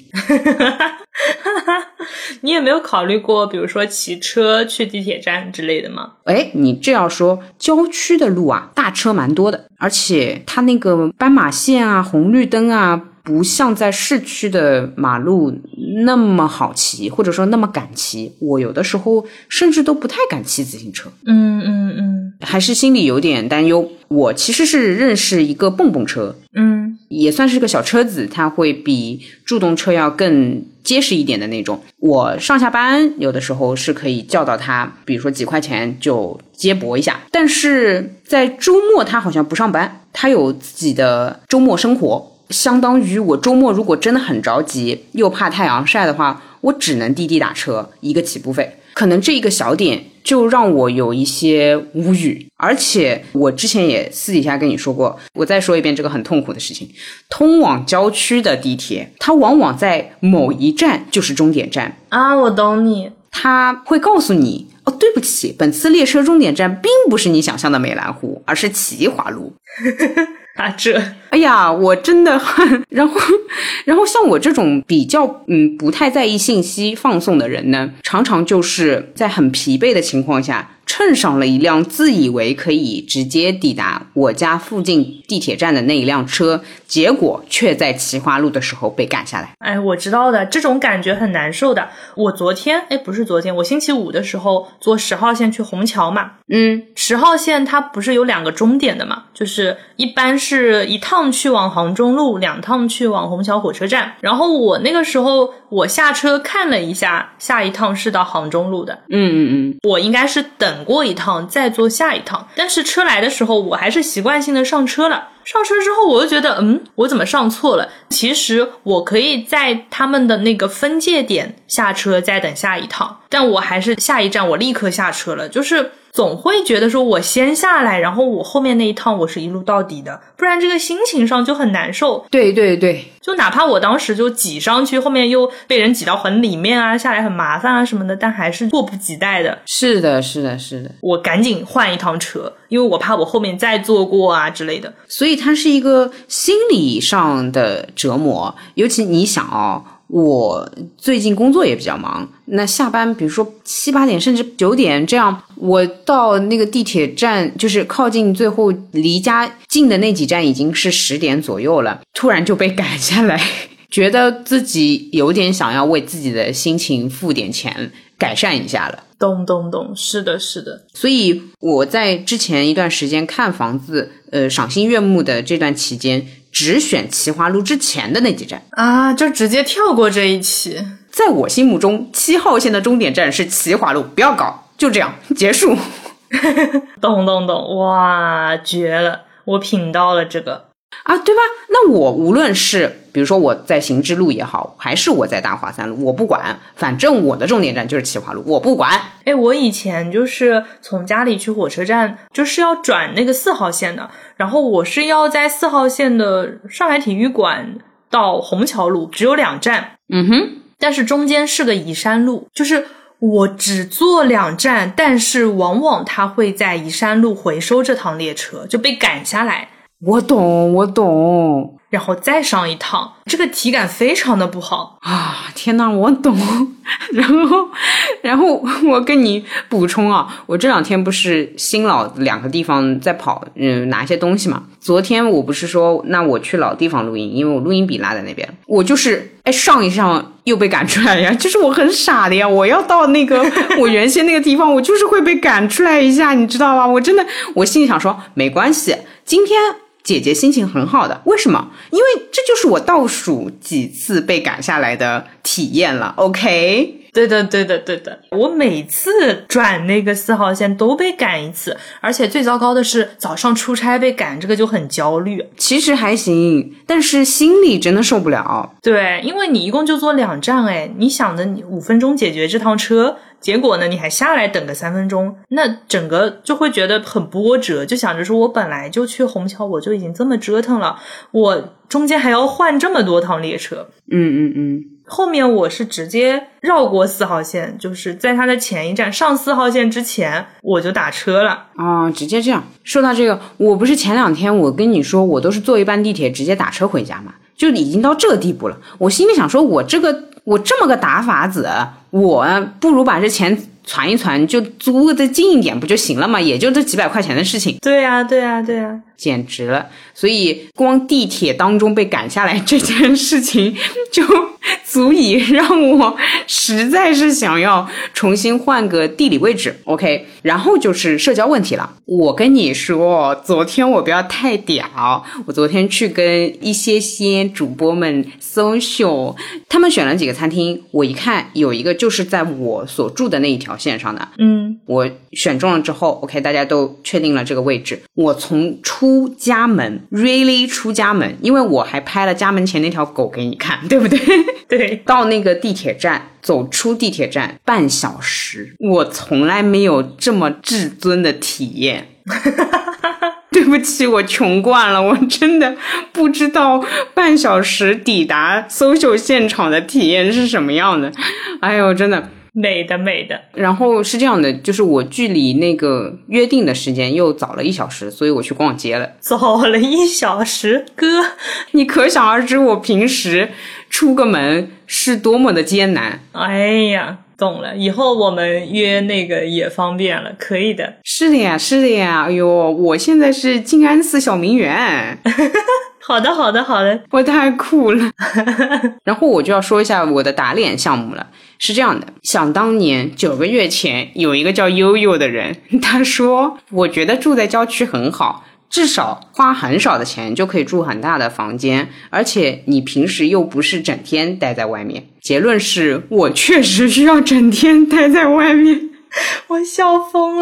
[SPEAKER 1] 你也没有考虑过比如说骑车去地铁站之类的吗？
[SPEAKER 2] 你这样说，郊区的路啊，大车蛮多的，而且它那个斑马线啊，红绿灯啊，不像在市区的马路那么好骑，或者说那么敢骑。我有的时候甚至都不太敢骑自行车。还是心里有点担忧。我其实是认识一个蹦蹦车，也算是个小车子，它会比助动车要更结实一点的那种。我上下班有的时候是可以叫到它，比如说几块钱就接驳一下。但是在周末它好像不上班，它有自己的周末生活，相当于我周末如果真的很着急又怕太阳晒的话，我只能滴滴打车，一个起步费。可能这一个小点就让我有一些无语。而且我之前也私底下跟你说过，我再说一遍这个很痛苦的事情，通往郊区的地铁它往往在某一站就是终点站
[SPEAKER 1] 啊。我懂你，
[SPEAKER 2] 它会告诉你，对不起，本次列车终点站并不是你想象的美兰湖，而是齐华路。哎呀，我真的很然后像我这种比较不太在意信息放送的人呢，常常就是在很疲惫的情况下乘上了一辆自以为可以直接抵达我家附近地铁站的那一辆车，结果却在齐华路的时候被赶下来。
[SPEAKER 1] 我知道的，这种感觉很难受的。我我星期五的时候坐10号线去虹桥嘛，10号线它不是有2个终点的嘛，就是一般是一趟去往杭中路，2趟去往虹桥火车站。然后我那个时候我下车看了一下，下一趟是到杭中路的。我应该是等等过一趟再坐下一趟，但是车来的时候我还是习惯性的上车了。上车之后我就觉得我怎么上错了，其实我可以在他们的那个分界点下车再等下一趟，但我还是下一站我立刻下车了，就是总会觉得说我先下来，然后我后面那一趟我是一路到底的，不然这个心情上就很难受。
[SPEAKER 2] 对对对，
[SPEAKER 1] 就哪怕我当时就挤上去，后面又被人挤到很里面啊，下来很麻烦啊什么的，但还是迫不及待的。
[SPEAKER 2] 是的是的是的，
[SPEAKER 1] 我赶紧换一趟车，因为我怕我后面再坐过啊之类的。
[SPEAKER 2] 所以它是一个心理上的折磨。尤其你想我最近工作也比较忙，那下班比如说7、8点甚至9点这样，我到那个地铁站，就是靠近最后离家近的那几站已经是10点左右了，突然就被赶下来，觉得自己有点想要为自己的心情付点钱改善一下了。
[SPEAKER 1] 懂，是的是的。
[SPEAKER 2] 所以我在之前一段时间看房子赏心悦目的这段期间，只选齐华路之前的那几站
[SPEAKER 1] 啊，就直接跳过这一期。
[SPEAKER 2] 在我心目中7号线的终点站是齐华路，不要搞，就这样结束。
[SPEAKER 1] 懂，哇，绝了，我品到了这个
[SPEAKER 2] 啊，对吧？那我无论是比如说我在行知路也好，还是我在大华三路，我不管，反正我的终点站就是齐华路，我不管。
[SPEAKER 1] 我以前就是从家里去火车站，就是要转那个4号线的，然后我是要在4号线的上海体育馆到虹桥路，只有2站。但是中间是个宜山路，就是我只坐2站，但是往往他会在宜山路回收这趟列车，就被赶下来。
[SPEAKER 2] 我懂，
[SPEAKER 1] 然后再上一趟，这个体感非常的不好
[SPEAKER 2] 啊！天哪，我懂。然后我跟你补充啊，我这2天不是新老2个地方在跑，拿一些东西嘛。昨天我不是说那我去老地方录音，因为我录音笔落在那边，我就是上一上又被赶出来呀，就是我很傻的呀，我要到那个我原先那个地方，我就是会被赶出来一下，你知道吧？我心里想说没关系，今天姐姐心情很好的，为什么？因为这就是我倒数几次被赶下来的体验了 ，OK？
[SPEAKER 1] 对的，我每次转那个4号线都被赶一次，而且最糟糕的是早上出差被赶，这个就很焦虑。
[SPEAKER 2] 其实还行，但是心里真的受不了。
[SPEAKER 1] 对，因为你一共就坐2站，你想着你5分钟解决这趟车，结果呢你还下来等个3分钟，那整个就会觉得很波折，就想着说我本来就去虹桥，我就已经这么折腾了，我中间还要换这么多趟列车。后面我是直接绕过4号线，就是在它的前一站上4号线之前我就打车了。
[SPEAKER 2] 直接这样。说到这个，我不是前2天我跟你说我都是坐一班地铁直接打车回家嘛，就已经到这个地步了。我心里想说我这么个打法子，我不如把这钱攒一攒，就租的近一点不就行了嘛，也就这几百块钱的事情。
[SPEAKER 1] 对啊，
[SPEAKER 2] 简直了。所以光地铁当中被赶下来这件事情就足以让我实在是想要重新换个地理位置 OK。 然后就是社交问题了。我跟你说，昨天我不要太屌，我昨天去跟一些主播们 social， 他们选了几个餐厅，我一看有一个就是在我所住的那一条线上的，我选中了之后 OK， 大家都确定了这个位置，我从出家门 really 出家门，因为我还拍了家门前那条狗给你看，对不对？
[SPEAKER 1] 对，
[SPEAKER 2] 到那个地铁站，走出地铁站半小时，我从来没有这么至尊的体验。对不起，我穷惯了，我真的不知道半小时抵达 social 现场的体验是什么样的。哎呦，真的
[SPEAKER 1] 美的。
[SPEAKER 2] 然后是这样的，就是我距离那个约定的时间又早了1小时，所以我去逛街了。
[SPEAKER 1] 早了1小时，哥，
[SPEAKER 2] 你可想而知我平时出个门是多么的艰难。
[SPEAKER 1] 哎呀，懂了，以后我们约那个也方便了，可以的。
[SPEAKER 2] 是的呀，哎呦，我现在是静安寺小名媛。
[SPEAKER 1] 好的，
[SPEAKER 2] 我太酷了。然后我就要说一下我的打脸项目了。是这样的，想当年9个月前有一个叫悠悠的人，他说我觉得住在郊区很好，至少花很少的钱就可以住很大的房间，而且你平时又不是整天待在外面。结论是我确实需要整天待在外面。
[SPEAKER 1] 我笑疯了。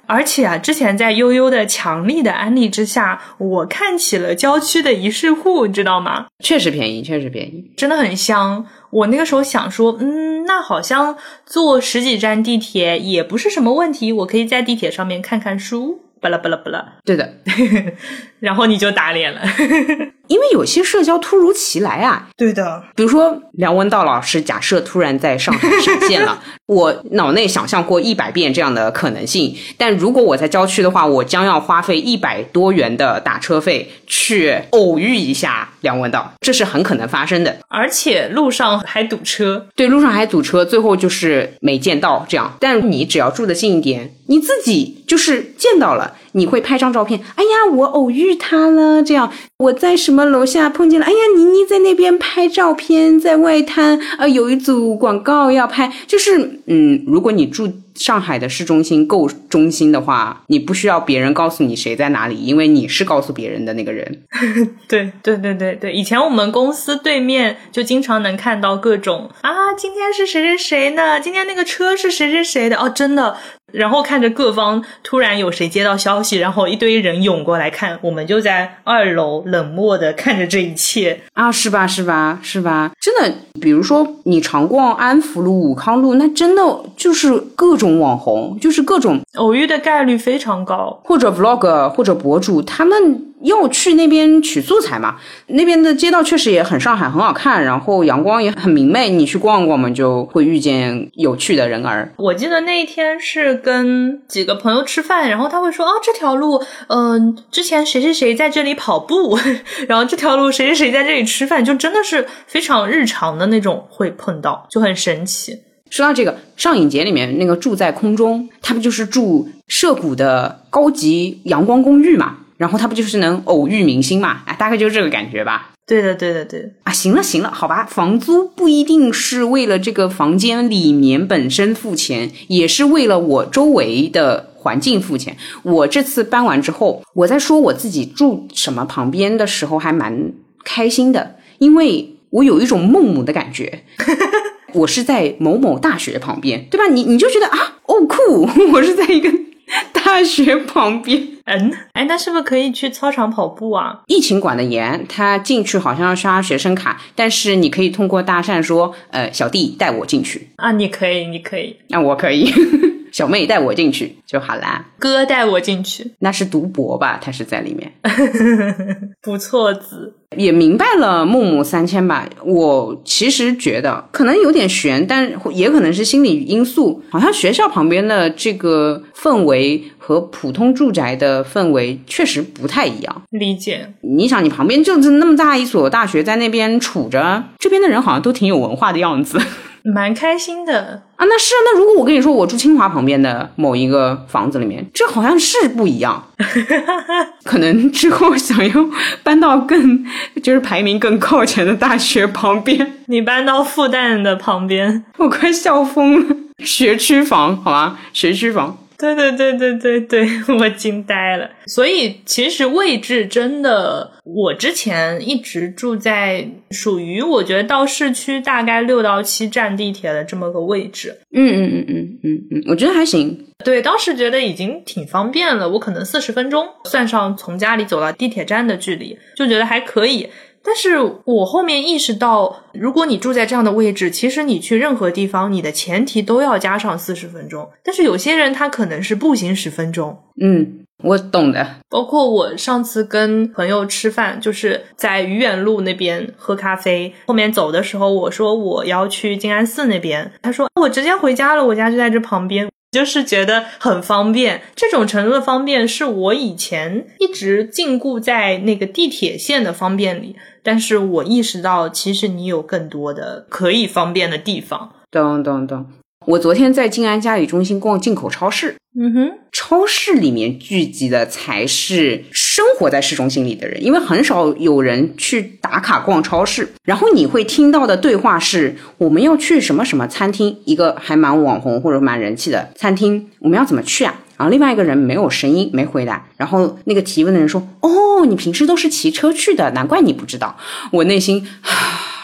[SPEAKER 1] 而且啊，之前在悠悠的强力的安利之下，我看起了郊区的一室户，知道吗？
[SPEAKER 2] 确实便宜，确实便宜，
[SPEAKER 1] 真的很香。我那个时候想说，那好像坐10几站地铁也不是什么问题，我可以在地铁上面看看书，巴拉巴拉巴拉。
[SPEAKER 2] 对的。
[SPEAKER 1] 然后你就打脸了。
[SPEAKER 2] 因为有些社交突如其来啊。
[SPEAKER 1] 对的。
[SPEAKER 2] 比如说梁文道老师假设突然在上海闪现了，我脑内想象过100遍这样的可能性，但如果我在郊区的话，我将要花费100多元的打车费去偶遇一下梁文道，这是很可能发生的。
[SPEAKER 1] 而且路上还堵车。
[SPEAKER 2] 对，路上还堵车，最后就是没见到这样。但你只要住得近一点，你自己就是见到了，你会拍张照片，哎呀我偶遇他了，这样我在什么楼下碰见了，哎呀倪妮在那边拍照片，在外滩有一组广告要拍，就是如果你住上海的市中心购中心的话，你不需要别人告诉你谁在哪里，因为你是告诉别人的那个人。
[SPEAKER 1] 对对对对对，以前我们公司对面就经常能看到各种今天是谁谁谁呢，今天那个车是谁谁谁的，真的。然后看着各方突然有谁接到消息，然后一堆人涌过来看，我们就在2楼冷漠的看着这一切
[SPEAKER 2] 是吧是吧是吧。真的，比如说你常逛安福路、武康路，那真的就是各种网红，就是各种
[SPEAKER 1] 偶遇的概率非常高，
[SPEAKER 2] 或者 vlog 或者博主，他们要去那边取素材嘛。那边的街道确实也很上海，很好看，然后阳光也很明媚，你去逛逛嘛，就会遇见有趣的人儿。
[SPEAKER 1] 我记得那一天是跟几个朋友吃饭，然后他会说这条路之前谁谁谁在这里跑步，然后这条路谁谁谁在这里吃饭，就真的是非常日常的那种会碰到，就很神奇。
[SPEAKER 2] 说到这个上影节里面那个住在空中，他不就是住涉谷的高级阳光公寓嘛，然后他不就是能偶遇明星嘛，大概就是这个感觉吧。
[SPEAKER 1] 对的对的对的。
[SPEAKER 2] 行了行了，好吧，房租不一定是为了这个房间里面本身付钱，也是为了我周围的环境付钱。我这次搬完之后，我在说我自己住什么旁边的时候还蛮开心的，因为我有一种孟母的感觉。我是在某某大学旁边，对吧？你就觉得酷，我是在一个大学旁边。
[SPEAKER 1] 那是不是可以去操场跑步啊？
[SPEAKER 2] 疫情管得严，他进去好像要刷学生卡，但是你可以通过搭讪说小弟带我进去
[SPEAKER 1] 你可以
[SPEAKER 2] 那我可以小妹带我进去就好啦，
[SPEAKER 1] 哥带我进去，
[SPEAKER 2] 那是读博吧，他是在里面。
[SPEAKER 1] 不错子。
[SPEAKER 2] 也明白了孟母3000吧，我其实觉得可能有点悬，但也可能是心理因素，好像学校旁边的这个氛围和普通住宅的氛围确实不太一样。
[SPEAKER 1] 理解。
[SPEAKER 2] 你想你旁边就是那么大一所大学在那边处着，这边的人好像都挺有文化的样子。
[SPEAKER 1] 蛮开心的
[SPEAKER 2] 那如果我跟你说我住清华旁边的某一个房子里面，这好像是不一样。可能之后想要搬到就是排名更靠前的大学旁边。
[SPEAKER 1] 你搬到复旦的旁边，
[SPEAKER 2] 我快笑疯了。学区房好吧，学区房。
[SPEAKER 1] 对对对对对对，我惊呆了。所以其实位置真的，我之前一直住在属于我觉得到市区大概6到7站地铁的这么个位置。
[SPEAKER 2] 我觉得还行。
[SPEAKER 1] 对，当时觉得已经挺方便了，我可能40分钟算上从家里走到地铁站的距离，就觉得还可以。但是我后面意识到，如果你住在这样的位置，其实你去任何地方，你的前提都要加上40分钟。但是有些人他可能是步行10分钟。
[SPEAKER 2] 我懂的。
[SPEAKER 1] 包括我上次跟朋友吃饭，就是在愚园路那边喝咖啡，后面走的时候我说我要去静安寺那边，他说我直接回家了，我家就在这旁边。就是觉得很方便，这种程度的方便是我以前一直禁锢在那个地铁线的方便里，但是我意识到其实你有更多的可以方便的地方。
[SPEAKER 2] 懂。我昨天在静安嘉里中心逛进口超市，超市里面聚集的才是生活在市中心里的人，因为很少有人去打卡逛超市。然后你会听到的对话是，我们要去什么什么餐厅，一个还蛮网红或者蛮人气的餐厅，我们要怎么去啊？然后另外一个人没有声音，没回答。然后那个提问的人说，你平时都是骑车去的，难怪你不知道。我内心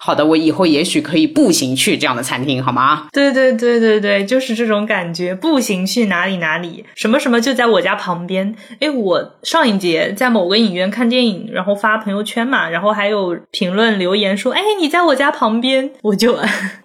[SPEAKER 2] 好的，我以后也许可以步行去这样的餐厅，好吗？
[SPEAKER 1] 对对对对对，就是这种感觉，步行去哪里哪里，什么什么就在我家旁边。诶，我上一节在某个影院看电影，然后发朋友圈嘛，然后还有评论留言说，诶，你在我家旁边，我就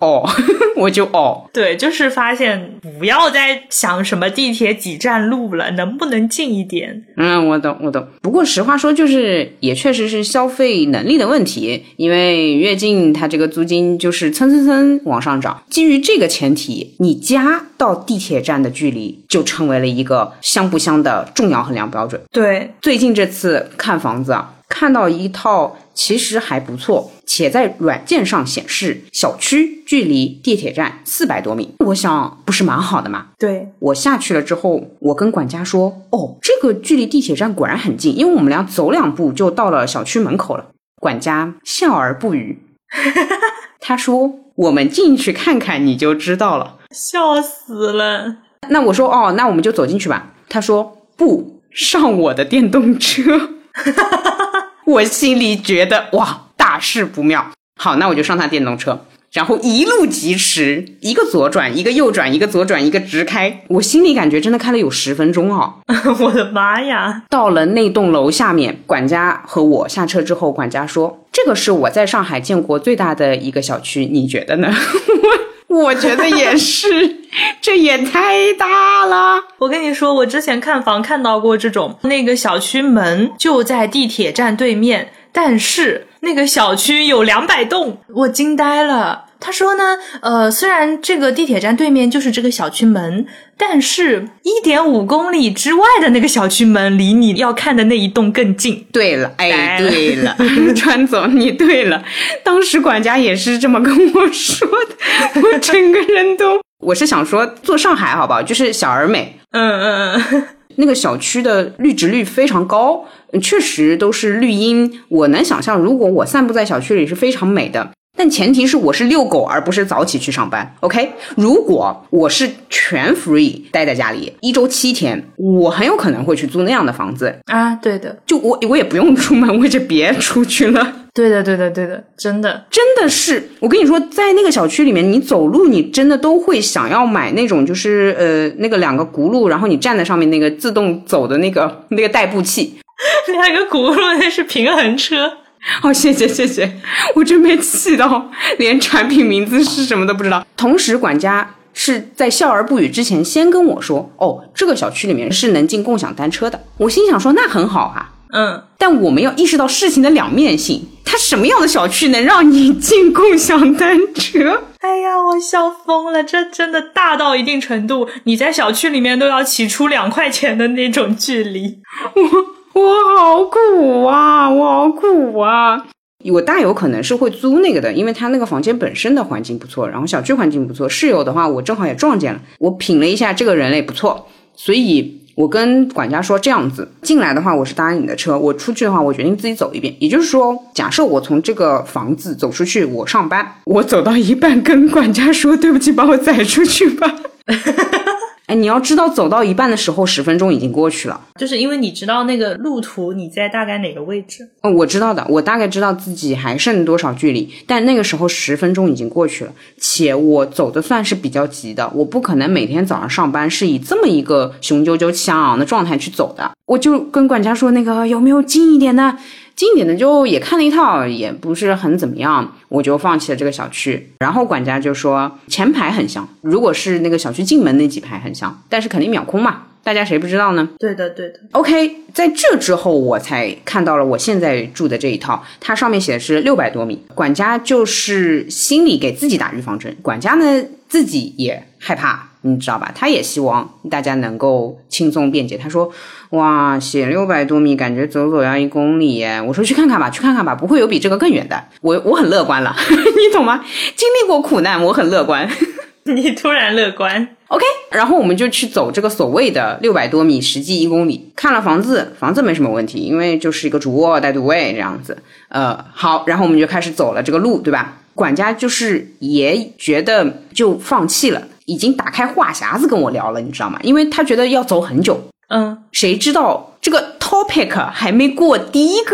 [SPEAKER 1] 对，就是发现不要再想什么地铁几站路了，能不能近一点？
[SPEAKER 2] 我懂。不过实话说，就是也确实是消费能力的问题，因为越近它这个租金就是蹭蹭蹭往上涨。基于这个前提，你家到地铁站的距离就成为了一个香不香的重要衡量标准。
[SPEAKER 1] 对，
[SPEAKER 2] 最近这次看房子啊，看到一套其实还不错，且在软件上显示小区距离地铁站400多米，我想不是蛮好的吗？
[SPEAKER 1] 对，
[SPEAKER 2] 我下去了之后，我跟管家说，这个距离地铁站果然很近，因为我们俩走2步就到了小区门口了。管家笑而不语他说，我们进去看看你就知道了。
[SPEAKER 1] 笑死了。
[SPEAKER 2] 那我说，那我们就走进去吧。他说，不，上我的电动车我心里觉得哇，大事不妙。好，那我就上他电动车，然后一路疾驰，一个左转一个右转一个左转一个直开，我心里感觉真的开了有10分钟啊
[SPEAKER 1] 我的妈呀。
[SPEAKER 2] 到了那栋楼下面，管家和我下车之后，管家说，这个是我在上海见过最大的一个小区，你觉得呢？我觉得也是这也太大了。
[SPEAKER 1] 我跟你说，我之前看房看到过这种，那个小区门就在地铁站对面，但是那个小区有200栋，我惊呆了。他说呢，虽然这个地铁站对面就是这个小区门，但是 1.5公里之外的那个小区门离你要看的那一栋更近。
[SPEAKER 2] 对了，对了川总你对了，当时管家也是这么跟我说的，我整个人都我是想说做上海好不好，就是小而美。那个小区的绿植率非常高，确实都是绿荫，我能想象如果我散步在小区里是非常美的，但前提是我是遛狗而不是早起去上班 OK。 如果我是全 free 待在家里1周7天，我很有可能会去租那样的房子
[SPEAKER 1] 啊。对的，
[SPEAKER 2] 就我也不用出门，我就别出去了。
[SPEAKER 1] 对的，真
[SPEAKER 2] 的是，我跟你说，在那个小区里面，你走路你真的都会想要买那种就是那个2个轱辘，然后你站在上面那个自动走的那个代步器。
[SPEAKER 1] 2个轱辘那是平衡车。
[SPEAKER 2] 谢谢，我真被气到连产品名字是什么都不知道。同时管家是在笑而不语之前先跟我说，这个小区里面是能进共享单车的。我心想说那很好啊，但我们要意识到事情的两面性，它什么样的小区能让你进共享单车？
[SPEAKER 1] 哎呀，我笑疯了，这真的大到一定程度，你在小区里面都要骑出2块钱的那种距离。
[SPEAKER 2] 我好苦啊，我大有可能是会租那个的，因为他那个房间本身的环境不错，然后小区环境不错，室友的话我正好也撞见了，我品了一下这个人类不错，所以我跟管家说这样子，进来的话我是搭你的车，我出去的话我决定自己走一遍。也就是说，假设我从这个房子走出去，我上班，我走到一半跟管家说对不起，把我载出去吧。你要知道走到一半的时候10分钟已经过去了，
[SPEAKER 1] 就是因为你知道那个路途你在大概哪个位置。
[SPEAKER 2] 我知道的，我大概知道自己还剩多少距离，但那个时候10分钟已经过去了，且我走的算是比较急的，我不可能每天早上上班是以这么一个雄赳赳气昂昂的状态去走的。我就跟管家说那个有没有近一点的，近一点的就也看了一套，也不是很怎么样，我就放弃了这个小区。然后管家就说前排很香，如果是那个小区进门那几排很香，但是肯定秒空嘛，大家谁不知道呢？
[SPEAKER 1] 对的
[SPEAKER 2] OK， 在这之后我才看到了我现在住的这一套，它上面写的是600多米。管家就是心里给自己打预防针，管家呢自己也害怕，你知道吧，他也希望大家能够轻松便捷。他说哇，写600多米感觉走要1公里耶。我说去看看吧，不会有比这个更远的。我很乐观了你懂吗？经历过苦难我很乐观
[SPEAKER 1] 你突然乐观
[SPEAKER 2] OK， 然后我们就去走这个所谓的600多米，实际1公里。看了房子没什么问题，因为就是一个主卧带独卫这样子。好，然后我们就开始走了这个路，对吧？管家就是也觉得就放弃了，已经打开话匣子跟我聊了，你知道吗？因为他觉得要走很久。谁知道这个 topic 还没过第一个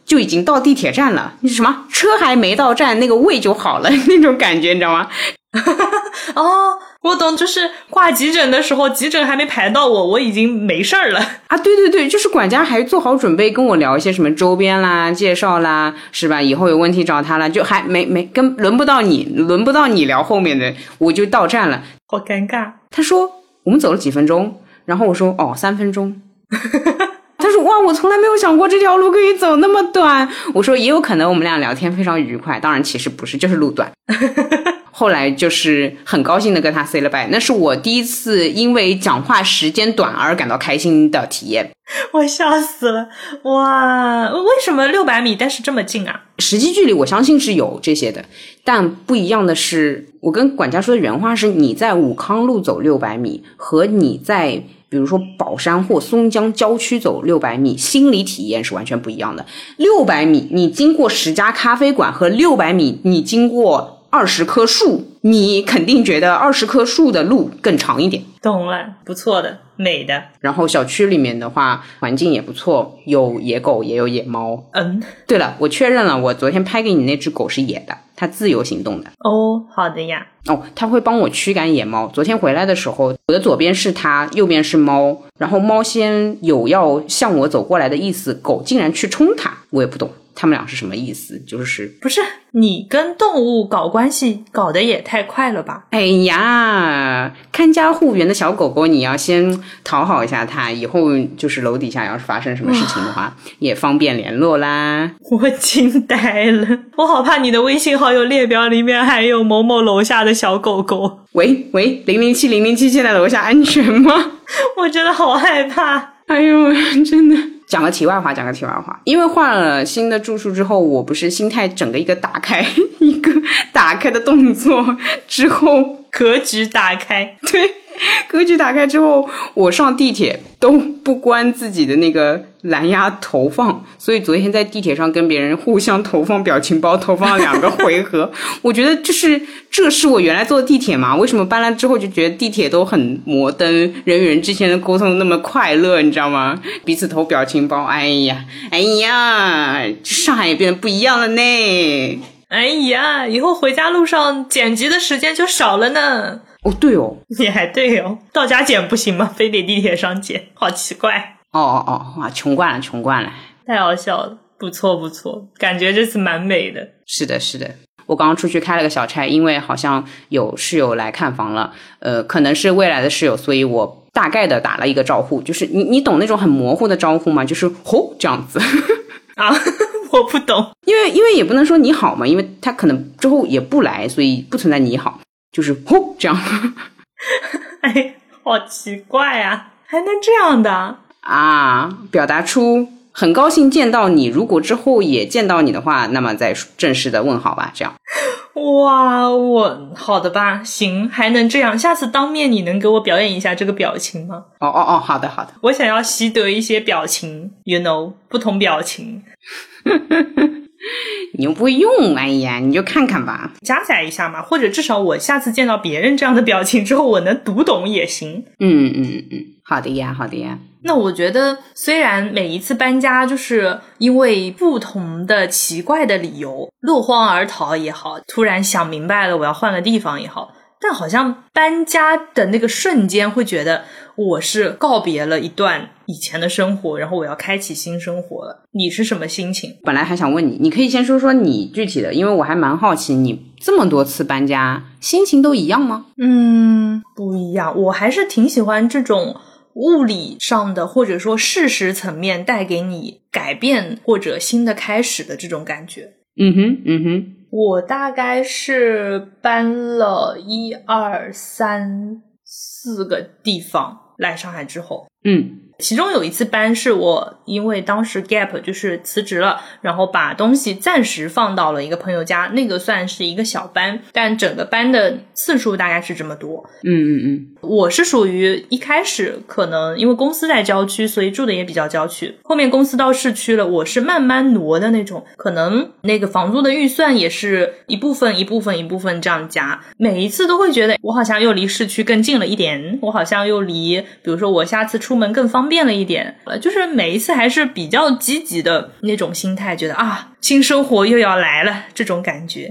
[SPEAKER 2] 就已经到地铁站了，你什么车还没到站，那个胃就好了那种感觉，你知道吗？
[SPEAKER 1] 哦，我懂，就是挂急诊的时候，急诊还没排到我已经没事儿了
[SPEAKER 2] 啊！对对对，就是管家还做好准备跟我聊一些什么周边啦、介绍啦，是吧？以后有问题找他啦，就还没轮不到你聊后面的，我就到站了，
[SPEAKER 1] 好尴尬。
[SPEAKER 2] 他说我们走了几分钟，然后我说3分钟。他说哇，我从来没有想过这条路可以走那么短。我说也有可能我们俩聊天非常愉快，当然其实不是，就是路短。后来就是很高兴的跟他 say 了 bye， 那是我第一次因为讲话时间短而感到开心的体验。
[SPEAKER 1] 我笑死了，哇，为什么600米但是这么近啊？
[SPEAKER 2] 实际距离我相信是有这些的，但不一样的是，我跟管家说的原话是，你在武康路走600米和你在比如说宝山或松江郊区走600米，心理体验是完全不一样的。600米你经过10家咖啡馆和600米你经过20棵树，你肯定觉得20棵树的路更长一点。
[SPEAKER 1] 懂了，不错的，美的。
[SPEAKER 2] 然后小区里面的话环境也不错，有野狗也有野猫。对了，我确认了，我昨天拍给你那只狗是野的，它自由行动的。
[SPEAKER 1] 哦，好的呀。
[SPEAKER 2] 它会帮我驱赶野猫。昨天回来的时候，我的左边是它，右边是猫，然后猫先有要向我走过来的意思，狗竟然去冲它，我也不懂他们俩是什么意思。就是
[SPEAKER 1] 不是你跟动物搞关系搞得也太快了吧？
[SPEAKER 2] 哎呀，看家护园的小狗狗你要先讨好一下它，以后就是楼底下要是发生什么事情的话也方便联络啦。
[SPEAKER 1] 我惊呆了，我好怕你的微信好友列表里面还有某某楼下的小狗狗。
[SPEAKER 2] 喂007现在楼下安全吗？
[SPEAKER 1] 我真的好害怕。
[SPEAKER 2] 哎呦，真的。讲个题外话，因为换了新的住处之后，我不是心态整个一个打开的动作之后，
[SPEAKER 1] 格局打开。
[SPEAKER 2] 对，格局打开之后，我上地铁都不关自己的那个蓝牙投放，所以昨天在地铁上跟别人互相投放表情包，投放了2个回合。我觉得这是我原来坐的地铁嘛？为什么搬来之后就觉得地铁都很摩登，人与人之间的沟通那么快乐，你知道吗？彼此投表情包，哎呀，上海也变得不一样了呢。
[SPEAKER 1] 哎呀，以后回家路上剪辑的时间就少了呢。
[SPEAKER 2] 哦，对哦，
[SPEAKER 1] 你还对哦，到家剪不行吗？非得地铁上剪，好奇怪。
[SPEAKER 2] 哇，穷惯了，
[SPEAKER 1] 太好笑了。不错，感觉这次蛮美的。
[SPEAKER 2] 是的，我刚刚出去开了个小差，因为好像有室友来看房了，可能是未来的室友，所以我大概的打了一个招呼，就是你懂那种很模糊的招呼吗？就是吼这样子
[SPEAKER 1] 啊，我不懂，
[SPEAKER 2] 因为也不能说你好嘛，因为他可能之后也不来，所以不存在你好，就是吼这样。
[SPEAKER 1] 哎，好奇怪啊，还能这样的
[SPEAKER 2] 啊，表达出很高兴见到你，如果之后也见到你的话，那么再正式的问好吧，这样。
[SPEAKER 1] 哇，好的吧，行，还能这样，下次当面你能给我表演一下这个表情吗？
[SPEAKER 2] 好的，
[SPEAKER 1] 我想要习得一些表情 you know， 不同表情。
[SPEAKER 2] 你又不会用，哎呀，你就看看吧，
[SPEAKER 1] 加载一下嘛，或者至少我下次见到别人这样的表情之后，我能读懂也行。
[SPEAKER 2] 好的呀。
[SPEAKER 1] 那我觉得虽然每一次搬家就是因为不同的奇怪的理由落荒而逃也好，突然想明白了我要换个地方也好，但好像搬家的那个瞬间会觉得我是告别了一段以前的生活，然后我要开启新生活了。你是什么心情？
[SPEAKER 2] 本来还想问你可以先说说你具体的，因为我还蛮好奇你这么多次搬家心情都一样吗？
[SPEAKER 1] 不一样，我还是挺喜欢这种物理上的或者说事实层面带给你改变或者新的开始的这种感觉。我大概是搬了1、2、3、4个地方来上海之后，其中有一次搬是我因为当时 gap 就是辞职了，然后把东西暂时放到了一个朋友家，那个算是一个小搬，但整个搬的次数大概是这么多。我是属于一开始可能因为公司在郊区，所以住的也比较郊区，后面公司到市区了，我是慢慢挪的那种，可能那个房租的预算也是一部分这样加，每一次都会觉得我好像又离市区更近了一点，我好像又离比如说我下次出门更方方便了一点，就是每一次还是比较积极的那种心态，觉得啊，新生活又要来了这种感觉。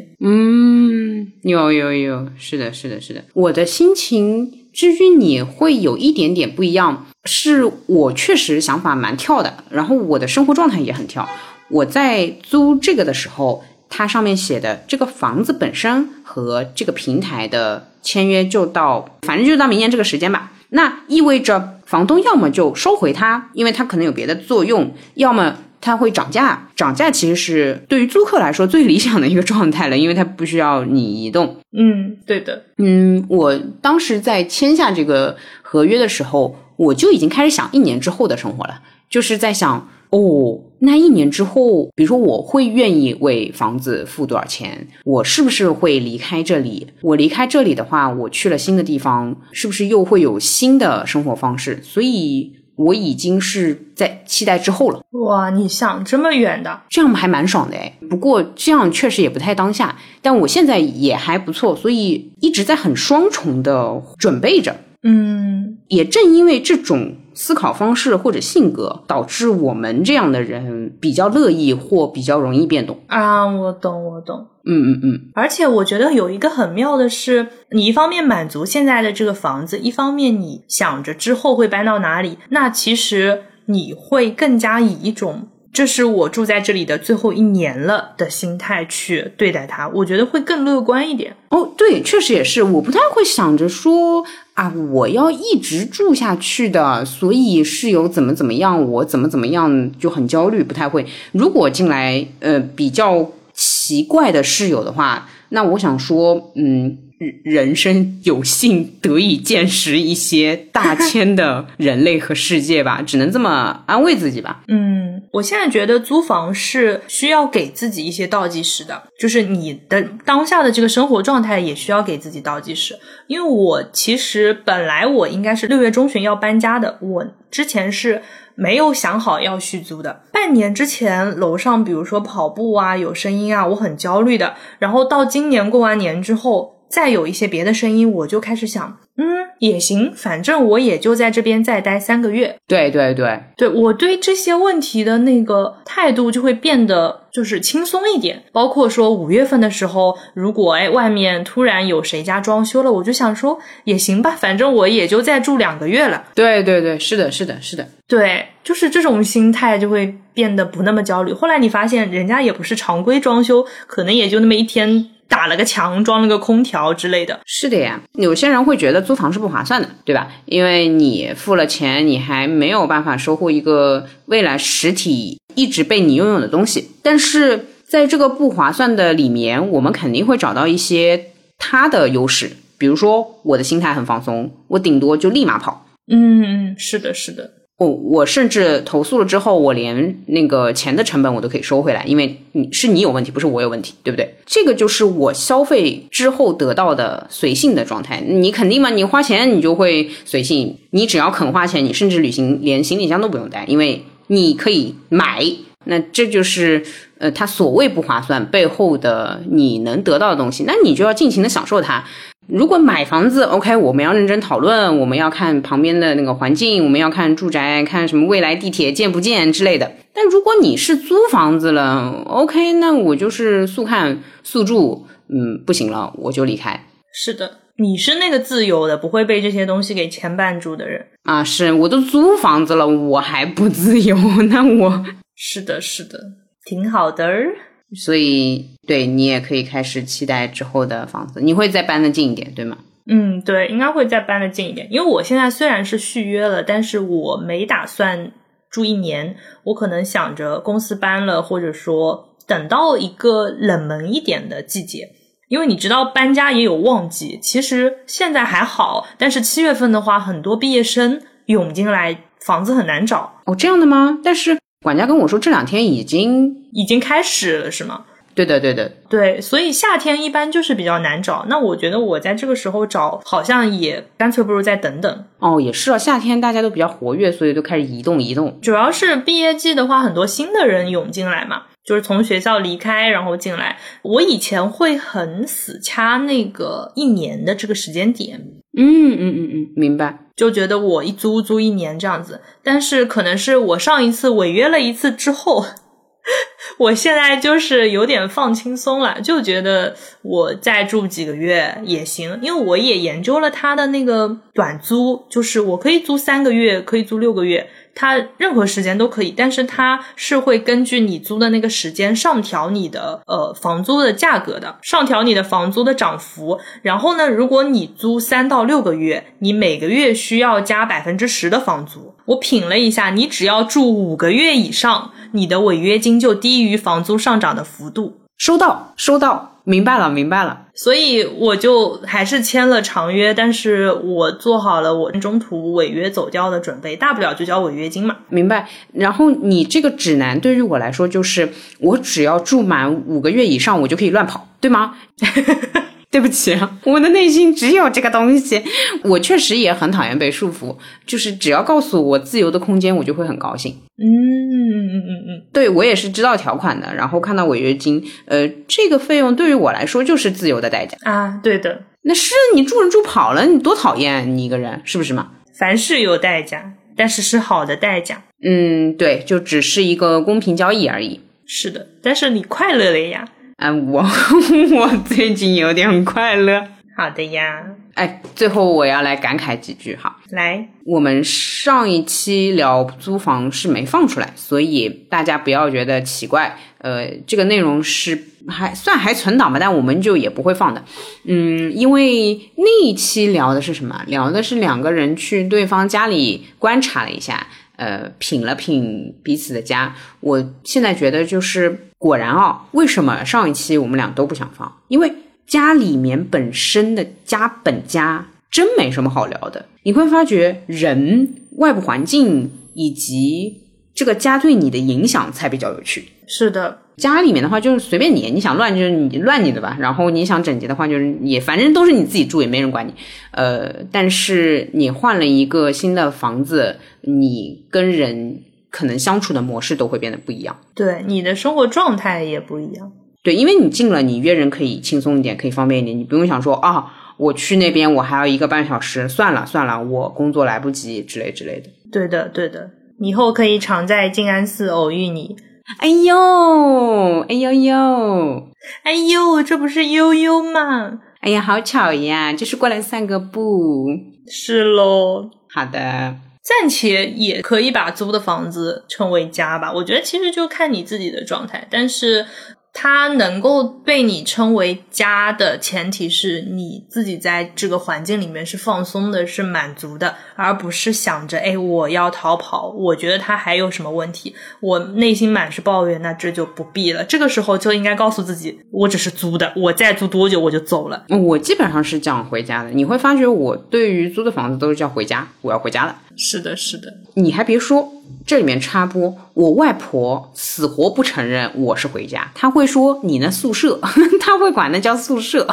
[SPEAKER 2] 有，是的。我的心情至于你会有一点点不一样，是我确实想法蛮跳的，然后我的生活状态也很跳。我在租这个的时候，它上面写的这个房子本身和这个平台的签约反正就到明年这个时间吧。那意味着房东要么就收回它，因为它可能有别的作用，要么它会涨价。涨价其实是对于租客来说最理想的一个状态了，因为它不需要你移动。
[SPEAKER 1] 对的。
[SPEAKER 2] 我当时在签下这个合约的时候，我就已经开始想1年之后的生活了，就是在想那1年之后，比如说我会愿意为房子付多少钱，我是不是会离开这里，我离开这里的话，我去了新的地方，是不是又会有新的生活方式，所以我已经是在期待之后了。
[SPEAKER 1] 哇，你想这么远的，
[SPEAKER 2] 这样还蛮爽的诶。不过这样确实也不太当下，但我现在也还不错，所以一直在很双重的准备着。也正因为这种思考方式或者性格，导致我们这样的人比较乐意或比较容易变动
[SPEAKER 1] 啊。我懂。而且我觉得有一个很妙的是，你一方面满足现在的这个房子，一方面你想着之后会搬到哪里，那其实你会更加以一种这是我住在这里的最后1年了的心态去对待它，我觉得会更乐观一点。
[SPEAKER 2] 对，确实也是，我不太会想着说我要一直住下去的，所以室友怎么样，我怎么样就很焦虑，不太会。如果进来比较奇怪的室友的话，那我想说人生有幸得以见识一些大千的人类和世界吧，只能这么安慰自己吧。
[SPEAKER 1] 我现在觉得租房是需要给自己一些倒计时的，就是你的当下的这个生活状态也需要给自己倒计时。因为我其实本来我应该是6月中旬要搬家的，我之前是没有想好要续租的。半年之前楼上比如说跑步啊有声音啊，我很焦虑的，然后到今年过完年之后再有一些别的声音，我就开始想也行，反正我也就在这边再待3个月。
[SPEAKER 2] 对，
[SPEAKER 1] 我对这些问题的那个态度就会变得就是轻松一点。包括说5月份的时候，如果外面突然有谁家装修了，我就想说也行吧，反正我也就再住2个月了。
[SPEAKER 2] 对，是的。
[SPEAKER 1] 对，就是这种心态就会变得不那么焦虑。后来你发现人家也不是常规装修，可能也就那么一天打了个墙，装了个空调之类的。
[SPEAKER 2] 是的呀，有些人会觉得租房是不划算的，对吧？因为你付了钱，你还没有办法收获一个未来实体一直被你拥有的东西。但是在这个不划算的里面，我们肯定会找到一些它的优势。比如说我的心态很放松，我顶多就立马跑。
[SPEAKER 1] 是的。
[SPEAKER 2] 我甚至投诉了之后，我连那个钱的成本我都可以收回来，因为你有问题，不是我有问题，对不对？这个就是我消费之后得到的随性的状态。你肯定嘛，你花钱你就会随性，你只要肯花钱，你甚至旅行连行李箱都不用带，因为你可以买。那这就是它所谓不划算背后的你能得到的东西，那你就要尽情的享受它。如果买房子 OK， 我们要认真讨论，我们要看旁边的那个环境，我们要看住宅，看什么未来地铁建不建之类的。但如果你是租房子了 OK， 那我就是速看速住，不行了我就离开。
[SPEAKER 1] 是的，你是那个自由的，不会被这些东西给牵绊住的人
[SPEAKER 2] 啊。是，我都租房子了我还不自由，那我
[SPEAKER 1] 是的挺好的。
[SPEAKER 2] 所以对，你也可以开始期待之后的房子，你会再搬得近一点对吗？
[SPEAKER 1] 对，应该会再搬得近一点。因为我现在虽然是续约了，但是我没打算住1年，我可能想着公司搬了，或者说等到一个冷门一点的季节。因为你知道搬家也有旺季，其实现在还好，但是7月份的话很多毕业生涌进来，房子很难找。
[SPEAKER 2] 这样的吗？但是管家跟我说这2天已经
[SPEAKER 1] 开始了是吗？
[SPEAKER 2] 对的
[SPEAKER 1] 对，所以夏天一般就是比较难找。那我觉得我在这个时候找好像也干脆不如再等等。
[SPEAKER 2] 也是啊，夏天大家都比较活跃，所以都开始移动。
[SPEAKER 1] 主要是毕业季的话很多新的人涌进来嘛，就是从学校离开然后进来。我以前会很死掐那个1年的这个时间点。
[SPEAKER 2] 明白。
[SPEAKER 1] 就觉得我一租1年这样子。但是可能是我上一次违约了一次之后，我现在就是有点放轻松了，就觉得我再住几个月也行。因为我也研究了它的那个短租，就是我可以租3个月，可以租6个月，它任何时间都可以，但是它是会根据你租的那个时间上调你的房租的价格的，上调你的房租的涨幅。然后呢，如果你租3到6个月，你每个月需要加 10% 的房租。我品了一下，你只要住5个月以上，你的违约金就低于房租上涨的幅度。
[SPEAKER 2] 收到，明白了。
[SPEAKER 1] 所以我就还是签了长约，但是我做好了我中途违约走掉的准备，大不了就交违约金嘛。
[SPEAKER 2] 明白。然后你这个指南对于我来说就是我只要住满5个月以上我就可以乱跑，对吗？对不起啊，我的内心只有这个东西。我确实也很讨厌被束缚，就是只要告诉我自由的空间我就会很高兴。对，我也是知道条款的，然后看到违约金，这个费用对于我来说就是自由的代价
[SPEAKER 1] 啊。对的，
[SPEAKER 2] 那是你住人住跑了，你多讨厌你一个人，是不是嘛？
[SPEAKER 1] 凡事有代价，但是是好的代价。
[SPEAKER 2] 对，就只是一个公平交易而已。
[SPEAKER 1] 是的，但是你快乐了呀。
[SPEAKER 2] 我最近有点快乐。
[SPEAKER 1] 好的呀。
[SPEAKER 2] 最后我要来感慨几句哈。
[SPEAKER 1] 来，
[SPEAKER 2] 我们上一期聊租房是没放出来，所以大家不要觉得奇怪。这个内容是还存档吧，但我们就也不会放的。因为那一期聊的是什么？聊的是2个人去对方家里观察了一下，品了品彼此的家。我现在觉得就是果然为什么上一期我们俩都不想放？因为家里面本身的本家真没什么好聊的。你会发觉人、外部环境以及这个家对你的影响才比较有趣。
[SPEAKER 1] 是的，
[SPEAKER 2] 家里面的话就是随便你想乱就是你乱你的吧，然后你想整洁的话就是也反正都是你自己住，也没人管你。但是你换了一个新的房子，你跟人可能相处的模式都会变得不一样。
[SPEAKER 1] 对，你的生活状态也不一样。
[SPEAKER 2] 对，因为你进了，你约人可以轻松一点，可以方便一点，你不用想说我去那边我还要1个半小时，算了，我工作来不及之类的。
[SPEAKER 1] 对的，以后可以常在静安寺偶遇你。
[SPEAKER 2] 哎呦，
[SPEAKER 1] 这不是悠悠吗？
[SPEAKER 2] 哎呀，好巧呀，就是过来散个步。
[SPEAKER 1] 是咯。
[SPEAKER 2] 好的。
[SPEAKER 1] 暂且也可以把租的房子称为家吧，我觉得其实就看你自己的状态，但是它能够被你称为家的前提是你自己在这个环境里面是放松的，是满足的，而不是想着我要逃跑，我觉得它还有什么问题，我内心满是抱怨，那这就不必了。这个时候就应该告诉自己，我只是租的，我再租多久我就走了。
[SPEAKER 2] 我基本上是这样回家的，你会发觉我对于租的房子都是叫回家，我要回家了。
[SPEAKER 1] 是的。
[SPEAKER 2] 你还别说，这里面插播，我外婆死活不承认我是回家，她会说你那宿舍，她会管那叫宿舍。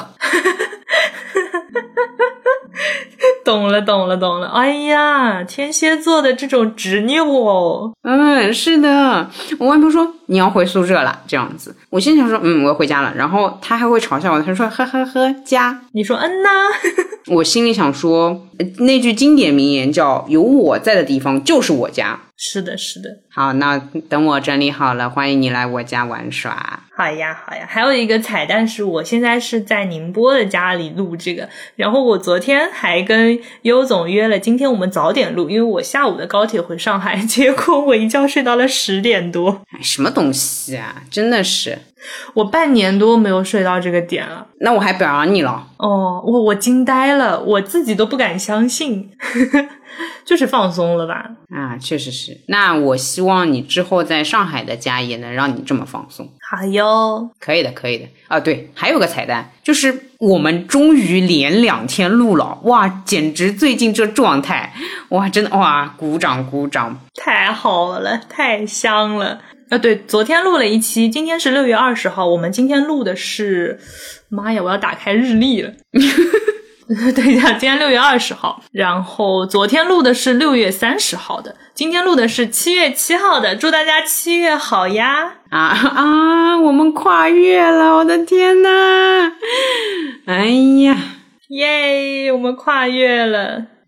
[SPEAKER 1] 懂了。哎呀，天蝎座的这种执拗哦。
[SPEAKER 2] 是的，我外婆说你要回宿舍了，这样子。我心想说我要回家了，然后她还会嘲笑我，她说呵家。
[SPEAKER 1] 你说呐。
[SPEAKER 2] 我心里想说那句经典名言叫有我在的地方就是我家。
[SPEAKER 1] 是的。
[SPEAKER 2] 好，那等我整理好了，欢迎你来我家玩耍。
[SPEAKER 1] 好呀。还有一个彩蛋是我现在是在宁波的家里录这个，然后我昨天还跟优总约了今天我们早点录，因为我下午的高铁回上海，结果我一觉睡到了10点多。
[SPEAKER 2] 什么东西啊，真的是
[SPEAKER 1] 我半年多没有睡到这个点了。
[SPEAKER 2] 那我还表扬你了。
[SPEAKER 1] 我惊呆了，我自己都不敢相信。就是放松了吧。
[SPEAKER 2] 确实是。那我希望你之后在上海的家也能让你这么放松。
[SPEAKER 1] 好哟。
[SPEAKER 2] 可以的。对，还有个彩蛋，就是我们终于连2天录了，哇，简直最近这状态，哇，真的哇，鼓掌。
[SPEAKER 1] 太好了，太香了。对，昨天录了一期，今天是6月20号，我们今天录的是，妈呀，我要打开日历了。对呀，今天6月20号，然后昨天录的是6月30号的，今天录的是7月7号的，祝大家7月好呀！
[SPEAKER 2] 我们跨越了，我的天哪！哎呀，
[SPEAKER 1] 耶，我们跨越了。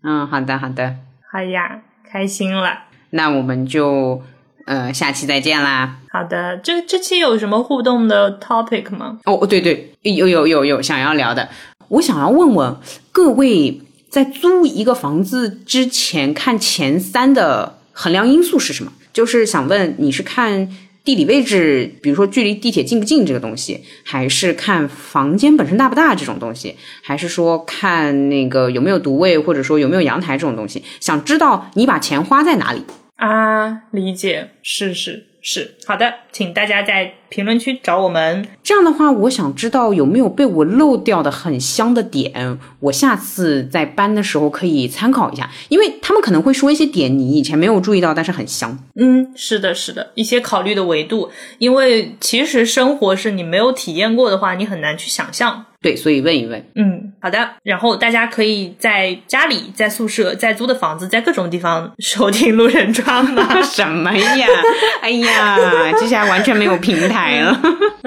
[SPEAKER 2] 好的好的。
[SPEAKER 1] 好呀，开心了。
[SPEAKER 2] 那我们就下期再见啦。
[SPEAKER 1] 好的，这期有什么互动的 topic 吗？
[SPEAKER 2] 哦，对对，有想要聊的。我想要问问各位，在租一个房子之前看前3的衡量因素是什么？就是想问你是看地理位置，比如说距离地铁近不近这个东西，还是看房间本身大不大这种东西，还是说看那个有没有独卫，或者说有没有阳台这种东西？想知道你把钱花在哪里
[SPEAKER 1] 啊？理解，是，好的，请大家在评论区找我们。
[SPEAKER 2] 这样的话，我想知道有没有被我漏掉的很香的点，我下次在搬的时候可以参考一下，因为他们可能会说一些点你以前没有注意到，但是很香。
[SPEAKER 1] 是的，一些考虑的维度，因为其实生活是你没有体验过的话，你很难去想象。
[SPEAKER 2] 对，所以问一问。
[SPEAKER 1] 好的。然后大家可以在家里、在宿舍、在租的房子、在各种地方收听路人抓马。
[SPEAKER 2] 什么呀？哎呀，接下来完全没有平台了。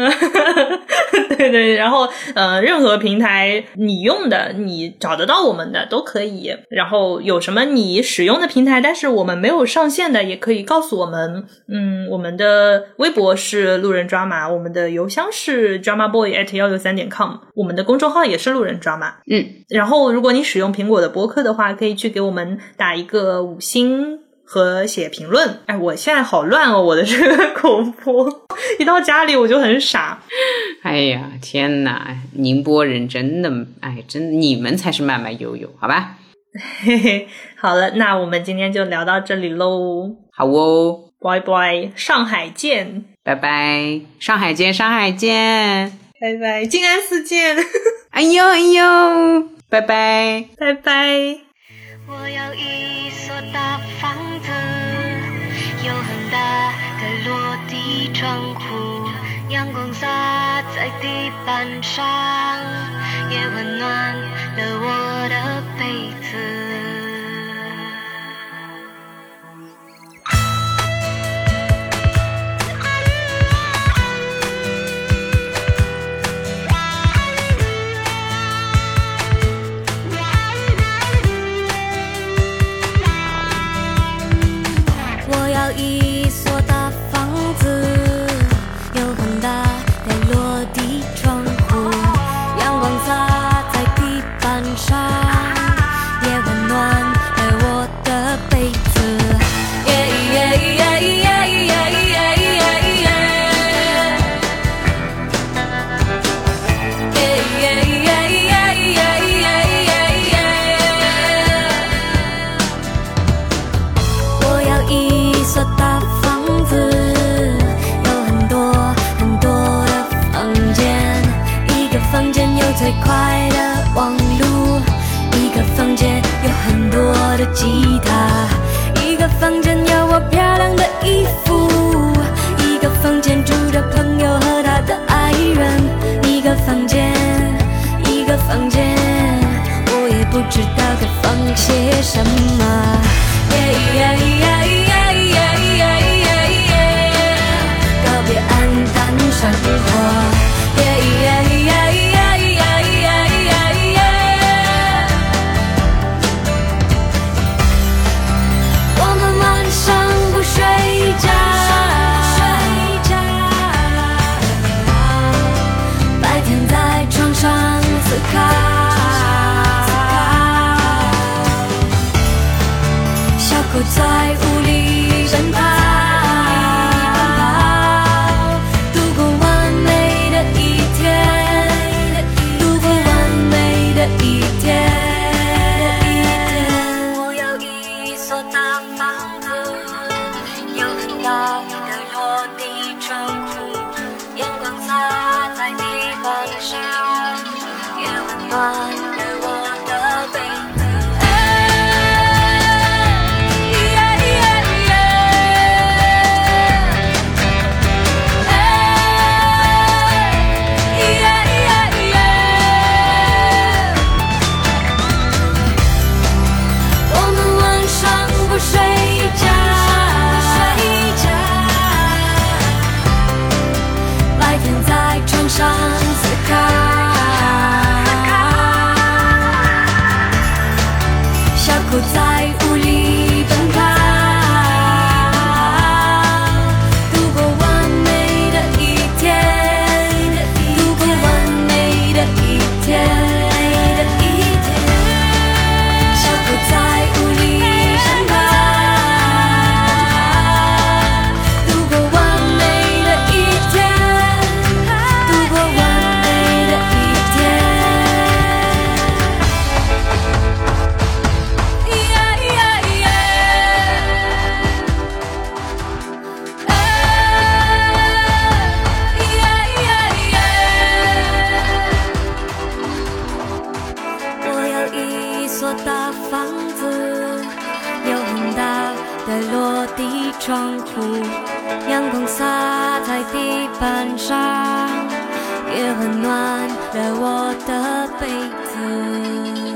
[SPEAKER 1] 对，然后任何平台你用的，你找得到我们的都可以。然后有什么你使用的平台，但是我们没有上线的，也可以告诉我们。我们的微博是路人抓马，我们的邮箱是 dramaboy@163.com， 我们的公众号也是路人抓马。然后如果你使用苹果的播客的话，可以去给我们打一个5星和写评论。我现在好乱哦，我的这个口播一到家里我就很傻。
[SPEAKER 2] 哎呀，天哪，宁波人真的，真的你们才是慢慢悠悠，好吧？
[SPEAKER 1] 嘿嘿，好了，那我们今天就聊到这里喽。
[SPEAKER 2] 好哦，
[SPEAKER 1] 拜拜，上海见。
[SPEAKER 2] 拜拜，上海见，上海见。
[SPEAKER 1] 拜拜，静安寺见。
[SPEAKER 2] 哎呦，拜拜，
[SPEAKER 1] 拜拜。
[SPEAKER 3] 我要一所大房子，有很大的落地窗户，阳光洒在地板上，也温暖了我的被子。我要一所大房子，有很大的落地窗户，阳光洒在地板上，也温的落地窗户，阳光洒在地板上，也温暖了我的被子。